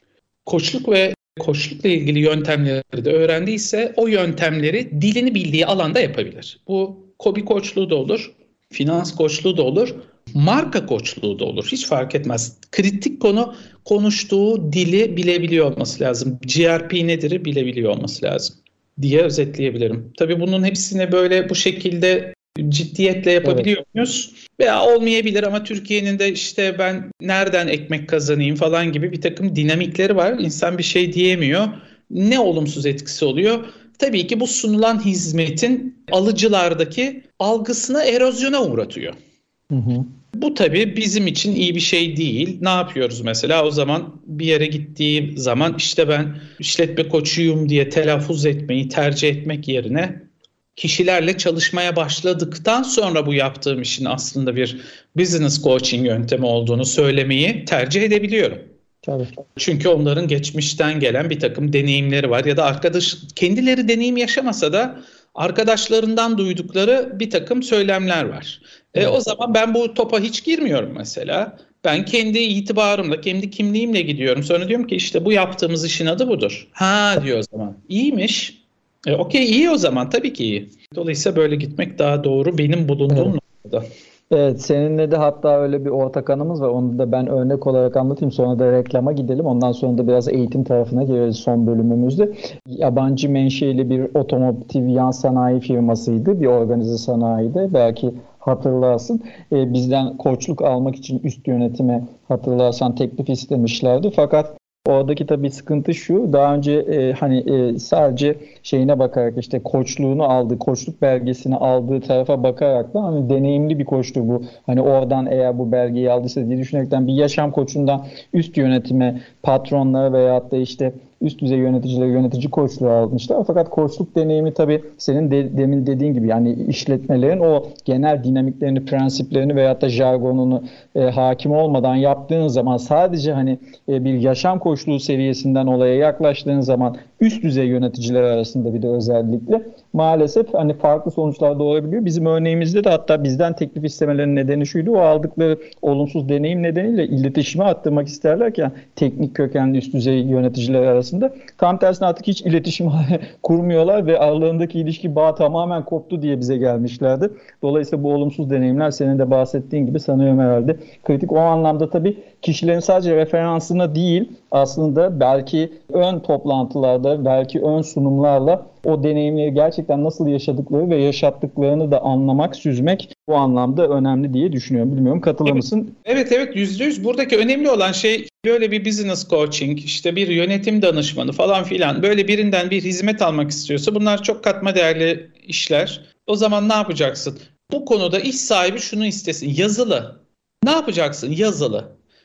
Speaker 3: koçluk ve koçlukla ilgili yöntemleri de öğrendiyse o yöntemleri dilini bildiği alanda yapabilir. Bu KOBİ koçluğu da olur, finans koçluğu da olur, marka koçluğu da olur. Hiç fark etmez. Kritik konu konuştuğu dili bilebiliyor olması lazım. G R P nedir bilebiliyor olması lazım diye özetleyebilirim. Tabii bunun hepsini böyle bu şekilde ciddiyetle yapabiliyor evet. muyuz? Veya olmayabilir ama Türkiye'nin de işte ben nereden ekmek kazanayım falan gibi bir takım dinamikleri var. İnsan bir şey diyemiyor. Ne olumsuz etkisi oluyor? Tabii ki bu sunulan hizmetin alıcılardaki algısına erozyona uğratıyor. Hı hı. Bu tabii bizim için iyi bir şey değil. Ne yapıyoruz mesela? O zaman bir yere gittiği zaman işte ben işletme koçuyum diye telaffuz etmeyi tercih etmek yerine kişilerle çalışmaya başladıktan sonra bu yaptığım işin aslında bir business coaching yöntemi olduğunu söylemeyi tercih edebiliyorum. Tabii. Çünkü onların geçmişten gelen bir takım deneyimleri var ya da arkadaş kendileri deneyim yaşamasa da arkadaşlarından duydukları bir takım söylemler var. Evet. E, o zaman ben bu topa hiç girmiyorum mesela. Ben kendi itibarımla, kendi kimliğimle gidiyorum. Sonra diyorum ki işte bu yaptığımız işin adı budur. Ha diyor o zaman. İyiymiş. E, Okey iyi o zaman tabii ki iyi. Dolayısıyla böyle gitmek daha doğru benim bulunduğum evet. noktada.
Speaker 2: Evet, seninle de hatta öyle bir ortak anımız var. Onu da ben örnek olarak anlatayım. Sonra da reklama gidelim. Ondan sonra da biraz eğitim tarafına gireriz son bölümümüzde. Yabancı menşeli bir otomotiv yan sanayi firmasıydı. Bir organize sanayide. Belki hatırlarsın. Ee, bizden koçluk almak için üst yönetime hatırlarsan teklif istemişlerdi. Fakat oradaki tabii sıkıntı şu, daha önce e, hani e, sadece şeyine bakarak işte koçluğunu aldığı, koçluk belgesini aldığı tarafa bakarak da hani deneyimli bir koçtu bu. Hani oradan eğer bu belgeyi aldıysa diye düşünerekten bir yaşam koçundan üst yönetime, patronlara veyahut da işte üst düzey yöneticilere yönetici koçluğu almışlar. Fakat koçluk deneyimi tabii senin de, demin dediğin gibi yani işletmelerin o genel dinamiklerini, prensiplerini veyahut da jargonunu e, hakim olmadan yaptığın zaman sadece hani e, bir yaşam koçluğu seviyesinden olaya yaklaştığın zaman üst düzey yöneticiler arasında bir de özellikle maalesef hani farklı sonuçlar doğurabiliyor. Bizim örneğimizde de hatta bizden teklif istemelerinin nedeni şuydu. O aldıkları olumsuz deneyim nedeniyle iletişime arttırmak isterlerken teknik kökenli üst düzey yöneticiler arasında tam tersine artık hiç iletişim kurmuyorlar ve aralarındaki ilişki bağ tamamen koptu diye bize gelmişlerdi. Dolayısıyla bu olumsuz deneyimler senin de bahsettiğin gibi sanıyorum herhalde kritik. O anlamda tabii kişilerin sadece referansına değil aslında belki ön toplantılarda, belki ön sunumlarla o deneyimleri gerçekten nasıl yaşadıkları ve yaşattıklarını da anlamak, süzmek bu anlamda önemli diye düşünüyorum. Bilmiyorum katılır mısın?
Speaker 3: Evet evet yüzde yüz. Buradaki önemli olan şey böyle bir business coaching, işte bir yönetim danışmanı falan filan böyle birinden bir hizmet almak istiyorsa bunlar çok katma değerli işler. O zaman ne yapacaksın? Bu konuda iş sahibi şunu istesin. Yazılı. Ne yapacaksın? Yazılı.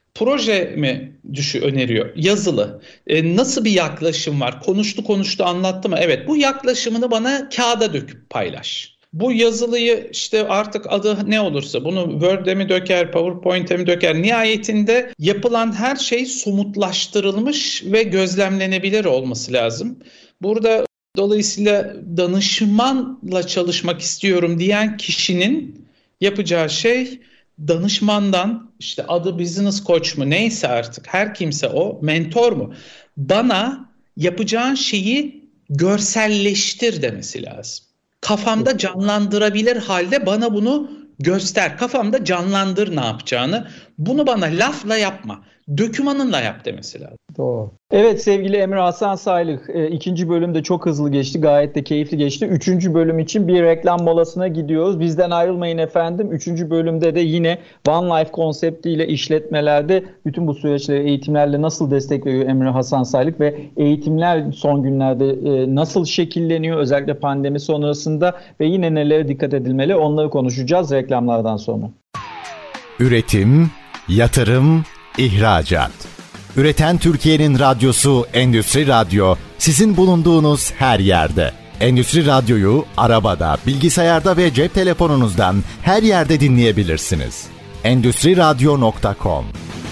Speaker 3: Proje mi düşü öneriyor? Yazılı. E, nasıl bir yaklaşım var? Konuştu konuştu anlattı mı? Evet bu yaklaşımını bana kağıda döküp paylaş. Bu yazılıyı işte artık adı ne olursa bunu Word'e mi döker, PowerPoint'e mi döker? Nihayetinde yapılan her şey somutlaştırılmış ve gözlemlenebilir olması lazım. Burada dolayısıyla danışmanla çalışmak istiyorum diyen kişinin yapacağı şey danışmandan işte adı business coach mu neyse artık her kimse o mentor mu bana yapacağın şeyi görselleştir demesi lazım. Kafamda canlandırabilir halde bana bunu göster. Kafamda canlandır ne yapacağını. Bunu bana lafla yapma. Dökümanınla yap demesi lazım.
Speaker 2: Doğru. Evet sevgili Emre Hasan Saylık, e, ikinci bölüm de çok hızlı geçti, gayet de keyifli geçti. Üçüncü bölüm için bir reklam molasına gidiyoruz. Bizden ayrılmayın efendim. Üçüncü bölümde de yine One Life konseptiyle işletmelerde bütün bu süreçleri eğitimlerle nasıl destek veriyor Emre Hasan Saylık ve eğitimler son günlerde e, nasıl şekilleniyor özellikle pandemi sonrasında ve yine nelere dikkat edilmeli onları konuşacağız reklamlardan sonra.
Speaker 1: Üretim, yatırım, ihracat. Üreten Türkiye'nin radyosu Endüstri Radyo, sizin bulunduğunuz her yerde. Endüstri Radyo'yu arabada, bilgisayarda ve cep telefonunuzdan her yerde dinleyebilirsiniz. endüstri radyo nokta com.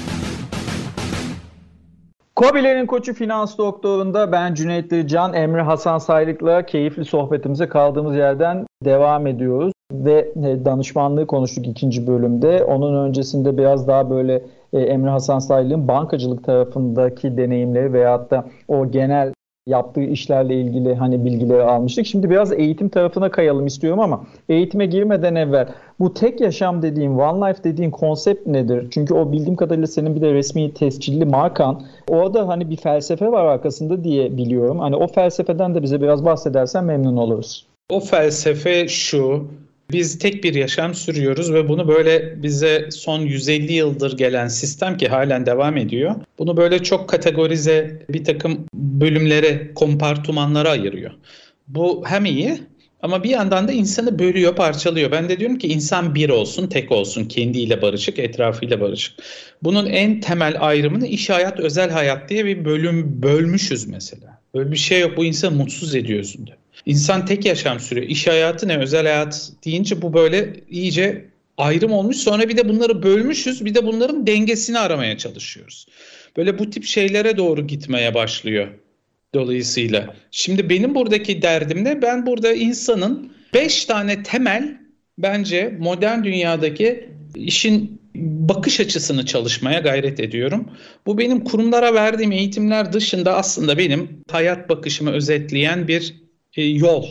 Speaker 2: KOBİ'lerin koçu Finans Doktoru'nda ben Cüneyt Dırcan, Emre Hasan Saylık'la keyifli sohbetimize kaldığımız yerden devam ediyoruz. Ve danışmanlığı konuştuk ikinci bölümde. Onun öncesinde biraz daha böyle Emre Hasan Saylık'ın bankacılık tarafındaki deneyimleri veyahut da o genel yaptığı işlerle ilgili hani bilgileri almıştık. Şimdi biraz eğitim tarafına kayalım istiyorum ama eğitime girmeden evvel bu tek yaşam dediğin, One Life dediğin konsept nedir? Çünkü o bildiğim kadarıyla senin bir de resmi tescilli markan. Orada hani bir felsefe var arkasında diye biliyorum. Hani o felsefeden de bize biraz bahsedersen memnun oluruz.
Speaker 3: O felsefe şu: biz tek bir yaşam sürüyoruz ve bunu böyle bize son yüz elli yıldır gelen sistem ki halen devam ediyor. Bunu böyle çok kategorize bir takım bölümlere, kompartımanlara ayırıyor. Bu hem iyi ama bir yandan da insanı bölüyor, parçalıyor. Ben de diyorum ki insan bir olsun, tek olsun, kendiyle barışık, etrafıyla barışık. Bunun en temel ayrımını iş hayat, özel hayat diye bir bölüm bölmüşüz mesela. Böyle bir şey yok, bu insanı mutsuz ediyor özünde. İnsan tek yaşam sürüyor. İş hayatı ne, özel hayat deyince bu böyle iyice ayrım olmuş. Sonra bir de bunları bölmüşüz. Bir de bunların dengesini aramaya çalışıyoruz. Böyle bu tip şeylere doğru gitmeye başlıyor dolayısıyla. Şimdi benim buradaki derdim ne? Ben burada insanın beş tane temel, bence modern dünyadaki işin bakış açısını çalışmaya gayret ediyorum. Bu benim kurumlara verdiğim eğitimler dışında aslında benim hayat bakışımı özetleyen bir e, yol.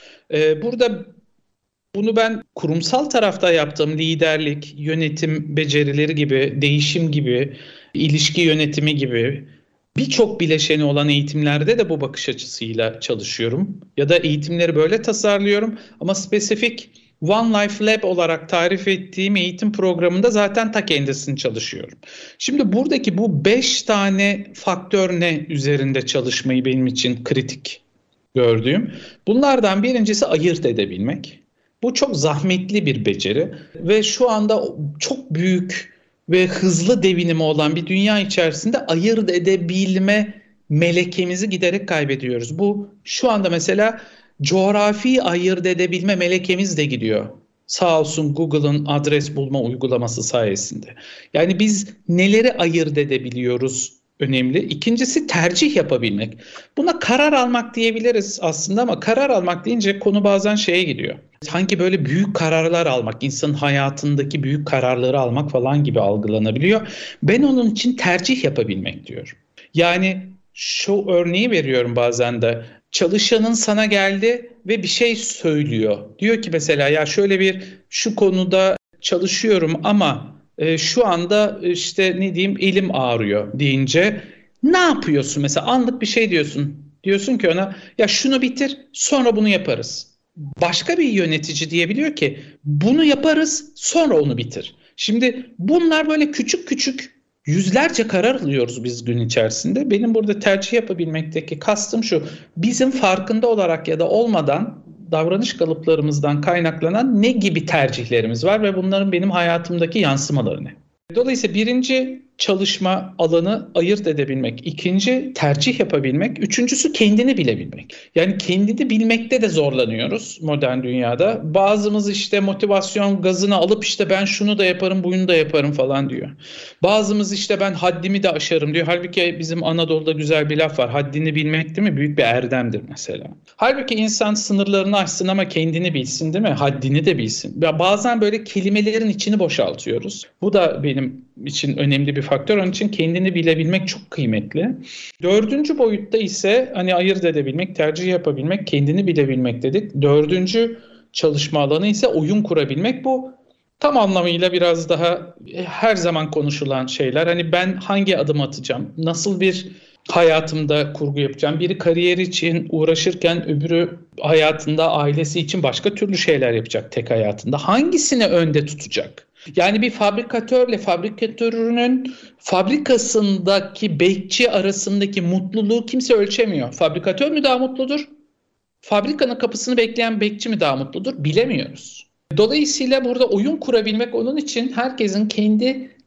Speaker 3: E, burada bunu ben kurumsal tarafta yaptığım liderlik, yönetim becerileri gibi, değişim gibi, ilişki yönetimi gibi birçok bileşeni olan eğitimlerde de bu bakış açısıyla çalışıyorum. Ya da eğitimleri böyle tasarlıyorum ama spesifik One Life Lab olarak tarif ettiğim eğitim programında zaten ta kendisini çalışıyorum. Şimdi buradaki bu beş tane faktör ne üzerinde çalışmayı benim için kritik gördüğüm? Bunlardan birincisi ayırt edebilmek. Bu çok zahmetli bir beceri ve şu anda çok büyük ve hızlı devinimi olan bir dünya içerisinde ayırt edebilme melekemizi giderek kaybediyoruz. Bu şu anda mesela coğrafi ayırt edebilme melekemiz de gidiyor. Sağ olsun Google'ın adres bulma uygulaması sayesinde. Yani biz neleri ayırt edebiliyoruz önemli. İkincisi tercih yapabilmek. Buna karar almak diyebiliriz aslında ama karar almak deyince konu bazen şeye gidiyor. Sanki böyle büyük kararlar almak, insanın hayatındaki büyük kararları almak falan gibi algılanabiliyor. Ben onun için tercih yapabilmek diyorum. Yani şu örneği veriyorum bazen de. Çalışanın sana geldi ve bir şey söylüyor. Diyor ki mesela ya şöyle bir şu konuda çalışıyorum ama e, şu anda işte ne diyeyim elim ağrıyor deyince ne yapıyorsun mesela anlık bir şey diyorsun. Diyorsun ki ona ya şunu bitir sonra bunu yaparız. Başka bir yönetici diyebiliyor ki bunu yaparız sonra onu bitir. Şimdi bunlar böyle küçük küçük yüzlerce karar alıyoruz biz gün içerisinde. Benim burada tercih yapabilmekteki kastım şu: bizim farkında olarak ya da olmadan davranış kalıplarımızdan kaynaklanan ne gibi tercihlerimiz var ve bunların benim hayatımdaki yansımaları ne? Dolayısıyla birinci çalışma alanı ayırt edebilmek, ikinci tercih yapabilmek, üçüncüsü kendini bilebilmek. Yani kendini bilmekte de zorlanıyoruz modern dünyada. Bazımız işte motivasyon gazını alıp işte ben şunu da yaparım, bunu da yaparım falan diyor. Bazımız işte ben haddimi de aşarım diyor. Halbuki bizim Anadolu'da güzel bir laf var. Haddini bilmek değil mi? Büyük bir erdemdir mesela. Halbuki insan sınırlarını aşsın ama kendini bilsin değil mi? Haddini de bilsin. Ya bazen böyle kelimelerin içini boşaltıyoruz. Bu da benim için önemli bir faktör. Onun için kendini bilebilmek çok kıymetli. Dördüncü boyutta ise hani ayırt edebilmek, tercih yapabilmek, kendini bilebilmek dedik. Dördüncü çalışma alanı ise oyun kurabilmek. Bu tam anlamıyla biraz daha her zaman konuşulan şeyler. Hani ben hangi adım atacağım, nasıl bir hayatımda kurgu yapacağım. Biri kariyer için uğraşırken öbürü hayatında ailesi için başka türlü şeyler yapacak tek hayatında. Hangisini önde tutacak? Yani bir fabrikatörle fabrikatörünün fabrikasındaki bekçi arasındaki mutluluğu kimse ölçemiyor. Fabrikatör mü daha mutludur? Fabrikanın kapısını bekleyen bekçi mi daha mutludur? Bilemiyoruz. Dolayısıyla burada oyun kurabilmek onun için herkesin kendi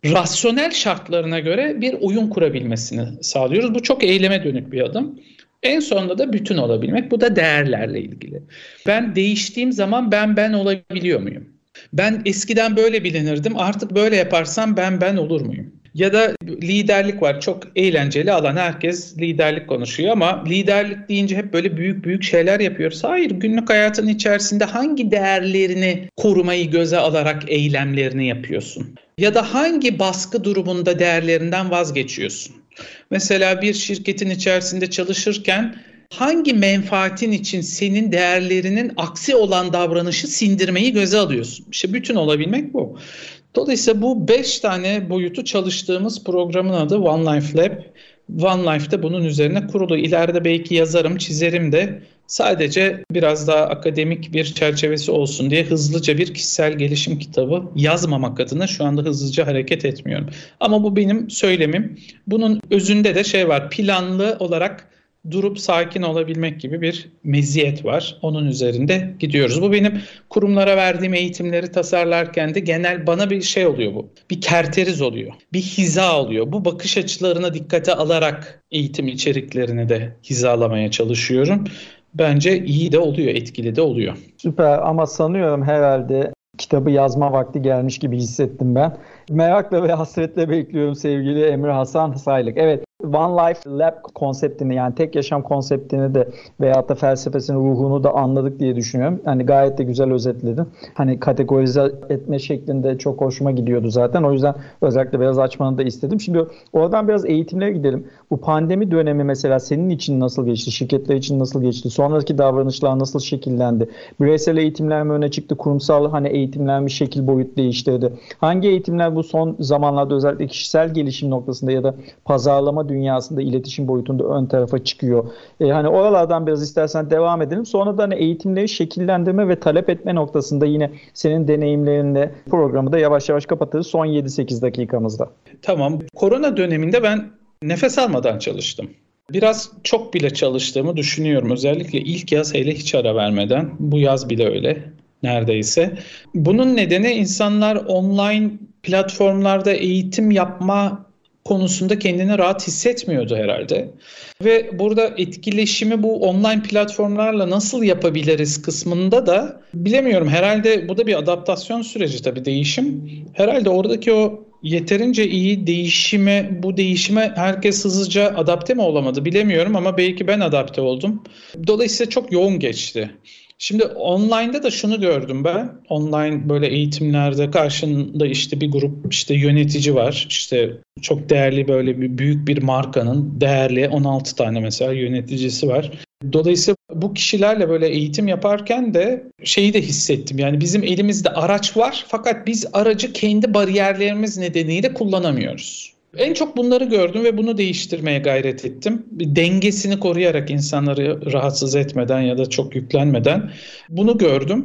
Speaker 3: rasyonel şartlarına göre bir oyun kurabilmesini sağlıyoruz. Bu çok eyleme dönük bir adım. En sonunda da bütün olabilmek. Bu da değerlerle ilgili. Ben değiştiğim zaman ben ben olabiliyor muyum? Ben eskiden böyle bilinirdim, artık böyle yaparsam ben ben olur muyum? Ya da liderlik var, çok eğlenceli alan, herkes liderlik konuşuyor ama liderlik deyince hep böyle büyük büyük şeyler yapıyoruz. Hayır, günlük hayatın içerisinde hangi değerlerini korumayı göze alarak eylemlerini yapıyorsun? Ya da hangi baskı durumunda değerlerinden vazgeçiyorsun? Mesela bir şirketin içerisinde çalışırken hangi menfaatin için senin değerlerinin aksi olan davranışı sindirmeyi göze alıyorsun? İşte bütün olabilmek bu. Dolayısıyla bu beş tane boyutu çalıştığımız programın adı One Life Lab. One Life'de bunun üzerine kurulu. İleride belki yazarım, çizerim de sadece biraz daha akademik bir çerçevesi olsun diye hızlıca bir kişisel gelişim kitabı yazmamak adına şu anda hızlıca hareket etmiyorum. Ama bu benim söylemim. Bunun özünde de şey var, planlı olarak durup sakin olabilmek gibi bir meziyet var. Onun üzerinde gidiyoruz. Bu benim kurumlara verdiğim eğitimleri tasarlarken de genel bana bir şey oluyor bu. Bir kerteriz oluyor. Bir hiza oluyor. Bu bakış açılarına dikkate alarak eğitim içeriklerini de hizalamaya çalışıyorum. Bence iyi de oluyor, etkili de oluyor.
Speaker 2: Süper, ama sanıyorum herhalde kitabı yazma vakti gelmiş gibi hissettim ben. Merakla ve hasretle bekliyorum sevgili Emre Hasan Saylık. Evet, One Life Lab konseptini, yani tek yaşam konseptini de veyahut da felsefesini, ruhunu da anladık diye düşünüyorum. Hani gayet de güzel özetledin. Hani kategorize etme şeklinde çok hoşuma gidiyordu zaten. O yüzden özellikle biraz açmanı da istedim. Şimdi oradan biraz eğitimlere gidelim. Bu pandemi dönemi mesela senin için nasıl geçti? Şirketler için nasıl geçti? Sonraki davranışlar nasıl şekillendi? Bireysel eğitimler mi öne çıktı? Kurumsal hani eğitimler mi şekil boyut değiştirdi? Hangi eğitimler bu son zamanlarda özellikle kişisel gelişim noktasında ya da pazarlama dünyasında, iletişim boyutunda ön tarafa çıkıyor? E, hani oralardan biraz istersen devam edelim. Sonra da hani eğitimleri şekillendirme ve talep etme noktasında yine senin deneyimlerinle programı da yavaş yavaş kapatırız son yedi sekiz dakikamızda.
Speaker 3: Tamam. Korona döneminde ben nefes almadan çalıştım. Biraz çok bile çalıştığımı düşünüyorum. Özellikle ilk yaz, hele hiç ara vermeden. Bu yaz bile öyle neredeyse. Bunun nedeni insanlar online platformlarda eğitim yapma konusunda kendini rahat hissetmiyordu herhalde. Ve burada etkileşimi bu online platformlarla nasıl yapabiliriz kısmında da bilemiyorum. Herhalde bu da bir adaptasyon süreci, tabii değişim. Herhalde oradaki o yeterince iyi değişime, bu değişime herkes hızlıca adapte mi olamadı bilemiyorum ama belki ben adapte oldum. Dolayısıyla çok yoğun geçti. Şimdi online'da da şunu gördüm ben. Online böyle eğitimlerde karşında işte bir grup işte yönetici var. İşte çok değerli böyle bir büyük bir markanın değerli on altı tane mesela yöneticisi var. Dolayısıyla bu kişilerle böyle eğitim yaparken de şeyi de hissettim. Yani bizim elimizde araç var fakat biz aracı kendi bariyerlerimiz nedeniyle kullanamıyoruz. En çok bunları gördüm ve bunu değiştirmeye gayret ettim. Bir dengesini koruyarak, insanları rahatsız etmeden ya da çok yüklenmeden bunu gördüm.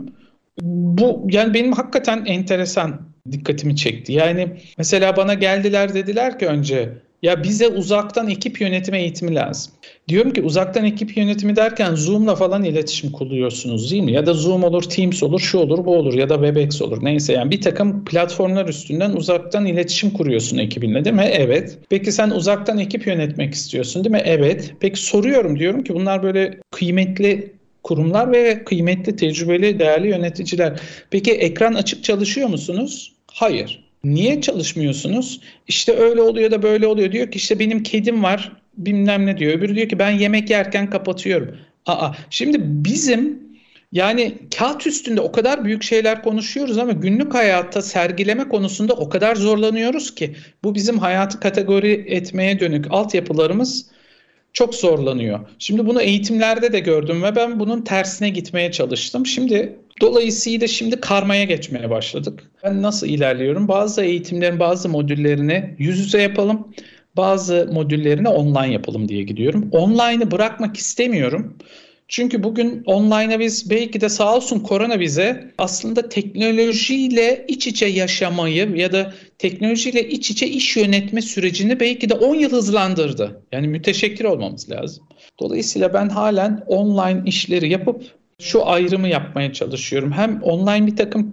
Speaker 3: Bu yani benim hakikaten enteresan, dikkatimi çekti. Yani mesela bana geldiler, dediler ki önce ya bize uzaktan ekip yönetimi eğitimi lazım. Diyorum ki uzaktan ekip yönetimi derken Zoom'la falan iletişim kuruyorsunuz değil mi? Ya da Zoom olur, Teams olur, şu olur, bu olur ya da Webex olur. Neyse, yani bir takım platformlar üstünden uzaktan iletişim kuruyorsun ekibinle değil mi? Evet. Peki sen uzaktan ekip yönetmek istiyorsun değil mi? Evet. Peki soruyorum, diyorum ki bunlar böyle kıymetli kurumlar ve kıymetli, tecrübeli, değerli yöneticiler. Peki ekran açık çalışıyor musunuz? Hayır. Niye çalışmıyorsunuz? İşte öyle oluyor da böyle oluyor. Diyor ki işte benim kedim var bilmem ne diyor. Öbürü diyor ki ben yemek yerken kapatıyorum. Aa, şimdi bizim yani kağıt üstünde o kadar büyük şeyler konuşuyoruz ama günlük hayatta sergileme konusunda o kadar zorlanıyoruz ki bu bizim hayatı kategori etmeye dönük altyapılarımız çok zorlanıyor. Şimdi bunu eğitimlerde de gördüm ve ben bunun tersine gitmeye çalıştım. Şimdi dolayısıyla şimdi karmaya geçmeye başladık. Ben nasıl ilerliyorum? Bazı eğitimlerin bazı modüllerini yüz yüze yapalım, bazı modüllerini online yapalım diye gidiyorum. Online'ı bırakmak istemiyorum. Çünkü bugün online'a biz, belki de sağ olsun korona bize aslında teknolojiyle iç içe yaşamayı ya da teknolojiyle iç içe iş yönetme sürecini belki de on yıl hızlandırdı. Yani müteşekkir olmamız lazım. Dolayısıyla ben halen online işleri yapıp şu ayrımı yapmaya çalışıyorum. Hem online bir takım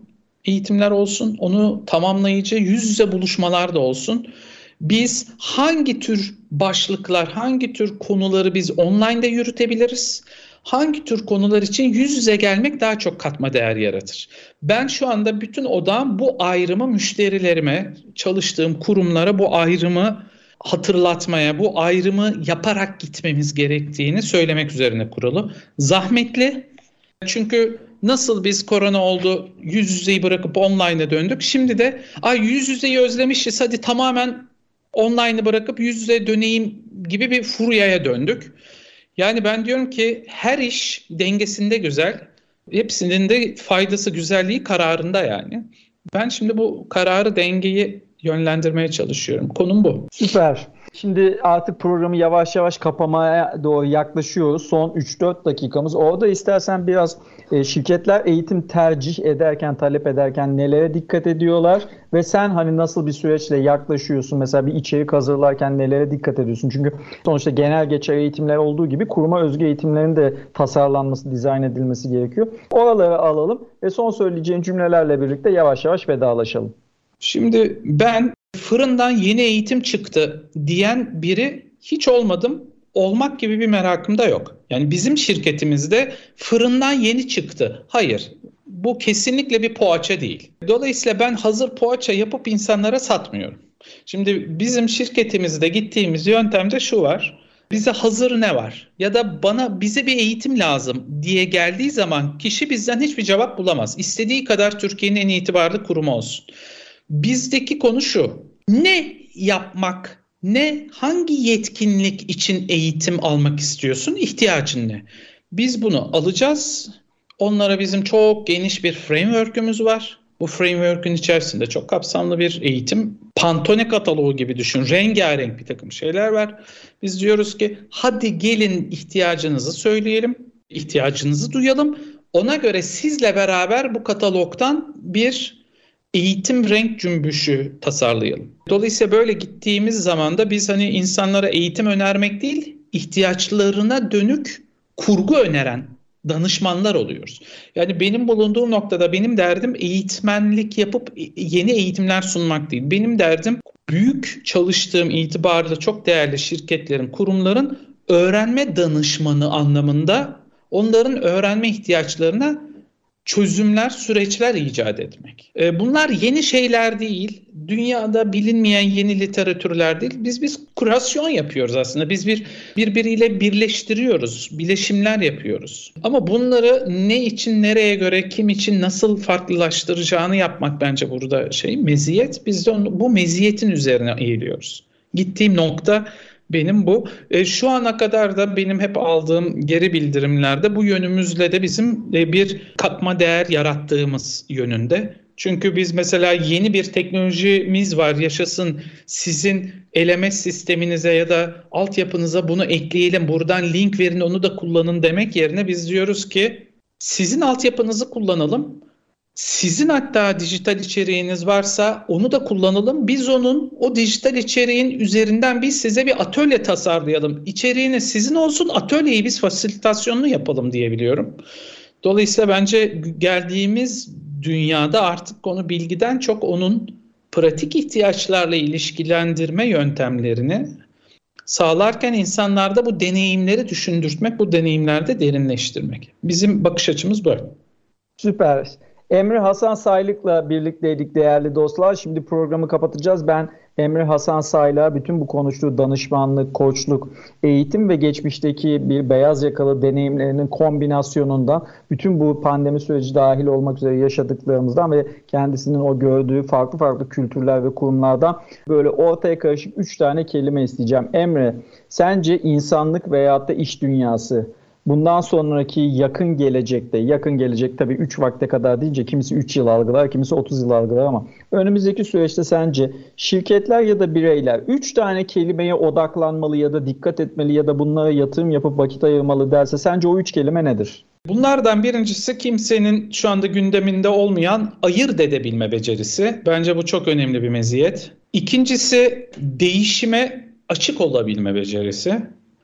Speaker 3: eğitimler olsun, onu tamamlayıcı yüz yüze buluşmalar da olsun. Biz hangi tür başlıklar, hangi tür konuları biz online'da yürütebiliriz? Hangi tür konular için yüz yüze gelmek daha çok katma değer yaratır? Ben şu anda bütün odağım bu ayrımı müşterilerime, çalıştığım kurumlara bu ayrımı hatırlatmaya, bu ayrımı yaparak gitmemiz gerektiğini söylemek üzerine kurulu. Zahmetli, çünkü nasıl biz korona oldu, yüz yüzeyi bırakıp online'a döndük. Şimdi de ay yüz yüzeyi özlemişiz, hadi tamamen online'ı bırakıp yüz yüze döneyim gibi bir furyaya döndük. Yani ben diyorum ki her iş dengesinde güzel. Hepsinin de faydası, güzelliği kararında yani. Ben şimdi bu kararı, dengeyi yönlendirmeye çalışıyorum. Konum bu.
Speaker 2: Süper. Şimdi artık programı yavaş yavaş kapamaya doğru yaklaşıyoruz. Son üç dört dakikamız. Orada istersen biraz e, şirketler eğitim tercih ederken, talep ederken nelere dikkat ediyorlar ve sen hani nasıl bir süreçle yaklaşıyorsun? Mesela bir içerik hazırlarken nelere dikkat ediyorsun? Çünkü sonuçta genel geçer eğitimler olduğu gibi kuruma özgü eğitimlerin de tasarlanması, dizayn edilmesi gerekiyor. Oraları alalım ve son söyleyeceğin cümlelerle birlikte yavaş yavaş vedalaşalım.
Speaker 3: Şimdi ben fırından yeni eğitim çıktı diyen biri hiç olmadım. Olmak gibi bir merakım da yok. Yani bizim şirketimizde fırından yeni çıktı. Hayır, bu kesinlikle bir poğaça değil. Dolayısıyla ben hazır poğaça yapıp insanlara satmıyorum. Şimdi bizim şirketimizde gittiğimiz yöntemde şu var. Bize hazır ne var? Ya da bana bize bir eğitim lazım diye geldiği zaman kişi bizden hiçbir cevap bulamaz. İstediği kadar Türkiye'nin en itibarlı kurumu olsun. Bizdeki konu şu: ne yapmak, ne hangi yetkinlik için eğitim almak istiyorsun, ihtiyacın ne? Biz bunu alacağız. Onlara bizim çok geniş bir framework'ümüz var. Bu framework'ün içerisinde çok kapsamlı bir eğitim, Pantone kataloğu gibi düşün, rengarenk bir takım şeyler var. Biz diyoruz ki hadi gelin ihtiyacınızı söyleyelim, ihtiyacınızı duyalım. Ona göre sizle beraber bu katalogdan bir eğitim renk cümbüşü tasarlayalım. Dolayısıyla böyle gittiğimiz zaman da biz hani insanlara eğitim önermek değil, ihtiyaçlarına dönük kurgu öneren danışmanlar oluyoruz. Yani benim bulunduğum noktada benim derdim eğitmenlik yapıp yeni eğitimler sunmak değil. Benim derdim büyük çalıştığım, itibarlı, çok değerli şirketlerin, kurumların öğrenme danışmanı anlamında onların öğrenme ihtiyaçlarına çözümler, süreçler icat etmek. Bunlar yeni şeyler değil. Dünyada bilinmeyen yeni literatürler değil. Biz biz kurasyon yapıyoruz aslında. Biz bir birbiriyle birleştiriyoruz. Bileşimler yapıyoruz. Ama bunları ne için, nereye göre, kim için nasıl farklılaştıracağını yapmak bence burada şey meziyet. Biz de onu, bu meziyetin üzerine eğiliyoruz. Gittiğim nokta benim bu. E, şu ana kadar da benim hep aldığım geri bildirimlerde bu yönümüzle de bizim e, bir katma değer yarattığımız yönünde. Çünkü biz mesela yeni bir teknolojimiz var, yaşasın, sizin L M S sisteminize ya da altyapınıza bunu ekleyelim, buradan link verin, onu da kullanın demek yerine biz diyoruz ki sizin altyapınızı kullanalım. Sizin hatta dijital içeriğiniz varsa onu da kullanalım. Biz onun, o dijital içeriğin üzerinden biz size bir atölye tasarlayalım. İçeriğiniz sizin olsun, atölyeyi biz fasilitasyonunu yapalım diyebiliyorum. Dolayısıyla bence geldiğimiz dünyada artık konu bilgiden çok onun pratik ihtiyaçlarla ilişkilendirme yöntemlerini sağlarken insanlarda bu deneyimleri düşündürtmek, bu deneyimlerde derinleştirmek. Bizim bakış açımız böyle.
Speaker 2: Süper. Emre Hasan Saylık'la birlikteydik değerli dostlar. Şimdi programı kapatacağız. Ben Emre Hasan Saylık'a bütün bu konuştuğu danışmanlık, koçluk, eğitim ve geçmişteki bir beyaz yakalı deneyimlerinin kombinasyonundan bütün bu pandemi süreci dahil olmak üzere yaşadıklarımızdan ve kendisinin o gördüğü farklı farklı kültürler ve kurumlardan böyle ortaya karışık üç tane kelime isteyeceğim. Emre, sence insanlık veyahut da iş dünyası bundan sonraki yakın gelecekte, yakın gelecek tabii üç vakte kadar deyince kimisi üç yıl algılar, kimisi otuz yıl algılar ama önümüzdeki süreçte sence şirketler ya da bireyler üç tane kelimeye odaklanmalı ya da dikkat etmeli ya da bunlara yatırım yapıp vakit ayırmalı derse sence o üç kelime nedir?
Speaker 3: Bunlardan birincisi kimsenin şu anda gündeminde olmayan ayırt edebilme becerisi. Bence bu çok önemli bir meziyet. İkincisi değişime açık olabilme becerisi.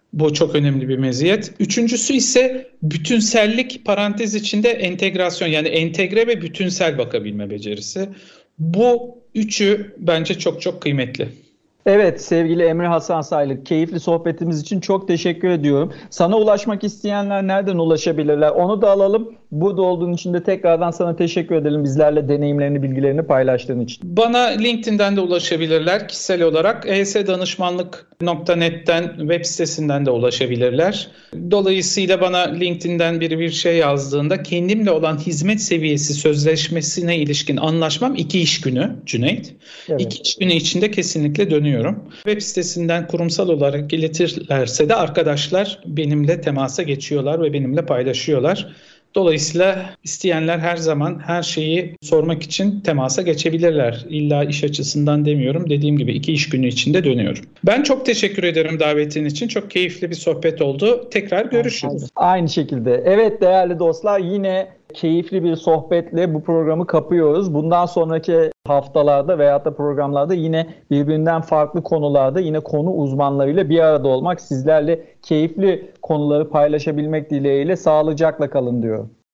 Speaker 3: Bu çok önemli bir meziyet. Üçüncüsü ise bütünsellik, parantez içinde entegrasyon, yani entegre ve bütünsel bakabilme becerisi. Bu üçü bence çok çok kıymetli.
Speaker 2: Evet sevgili Emre Hasan Saylık, keyifli sohbetimiz için çok teşekkür ediyorum. Sana ulaşmak isteyenler nereden ulaşabilirler? Onu da alalım. Burada olduğun için de tekrardan sana teşekkür edelim bizlerle deneyimlerini, bilgilerini paylaştığın için.
Speaker 3: Bana LinkedIn'den de ulaşabilirler kişisel olarak. e s danışmanlık nokta net'ten web sitesinden de ulaşabilirler. Dolayısıyla bana LinkedIn'den biri bir şey yazdığında kendimle olan hizmet seviyesi sözleşmesine ilişkin anlaşmam iki iş günü Cüneyt. Evet. İki iş günü içinde kesinlikle dönüyorum. Web sitesinden kurumsal olarak iletirlerse de arkadaşlar benimle temasa geçiyorlar ve benimle paylaşıyorlar. Dolayısıyla isteyenler her zaman her şeyi sormak için temasa geçebilirler. İlla iş açısından demiyorum. Dediğim gibi iki iş günü içinde dönüyorum. Ben çok teşekkür ederim davetin için. Çok keyifli bir sohbet oldu. Tekrar görüşürüz.
Speaker 2: Aynı şekilde. Evet değerli dostlar, yine keyifli bir sohbetle bu programı kapıyoruz. Bundan sonraki haftalarda veyahut da programlarda yine birbirinden farklı konularda yine konu uzmanlarıyla bir arada olmak, sizlerle keyifli konuları paylaşabilmek dileğiyle sağlıcakla kalın diyorum.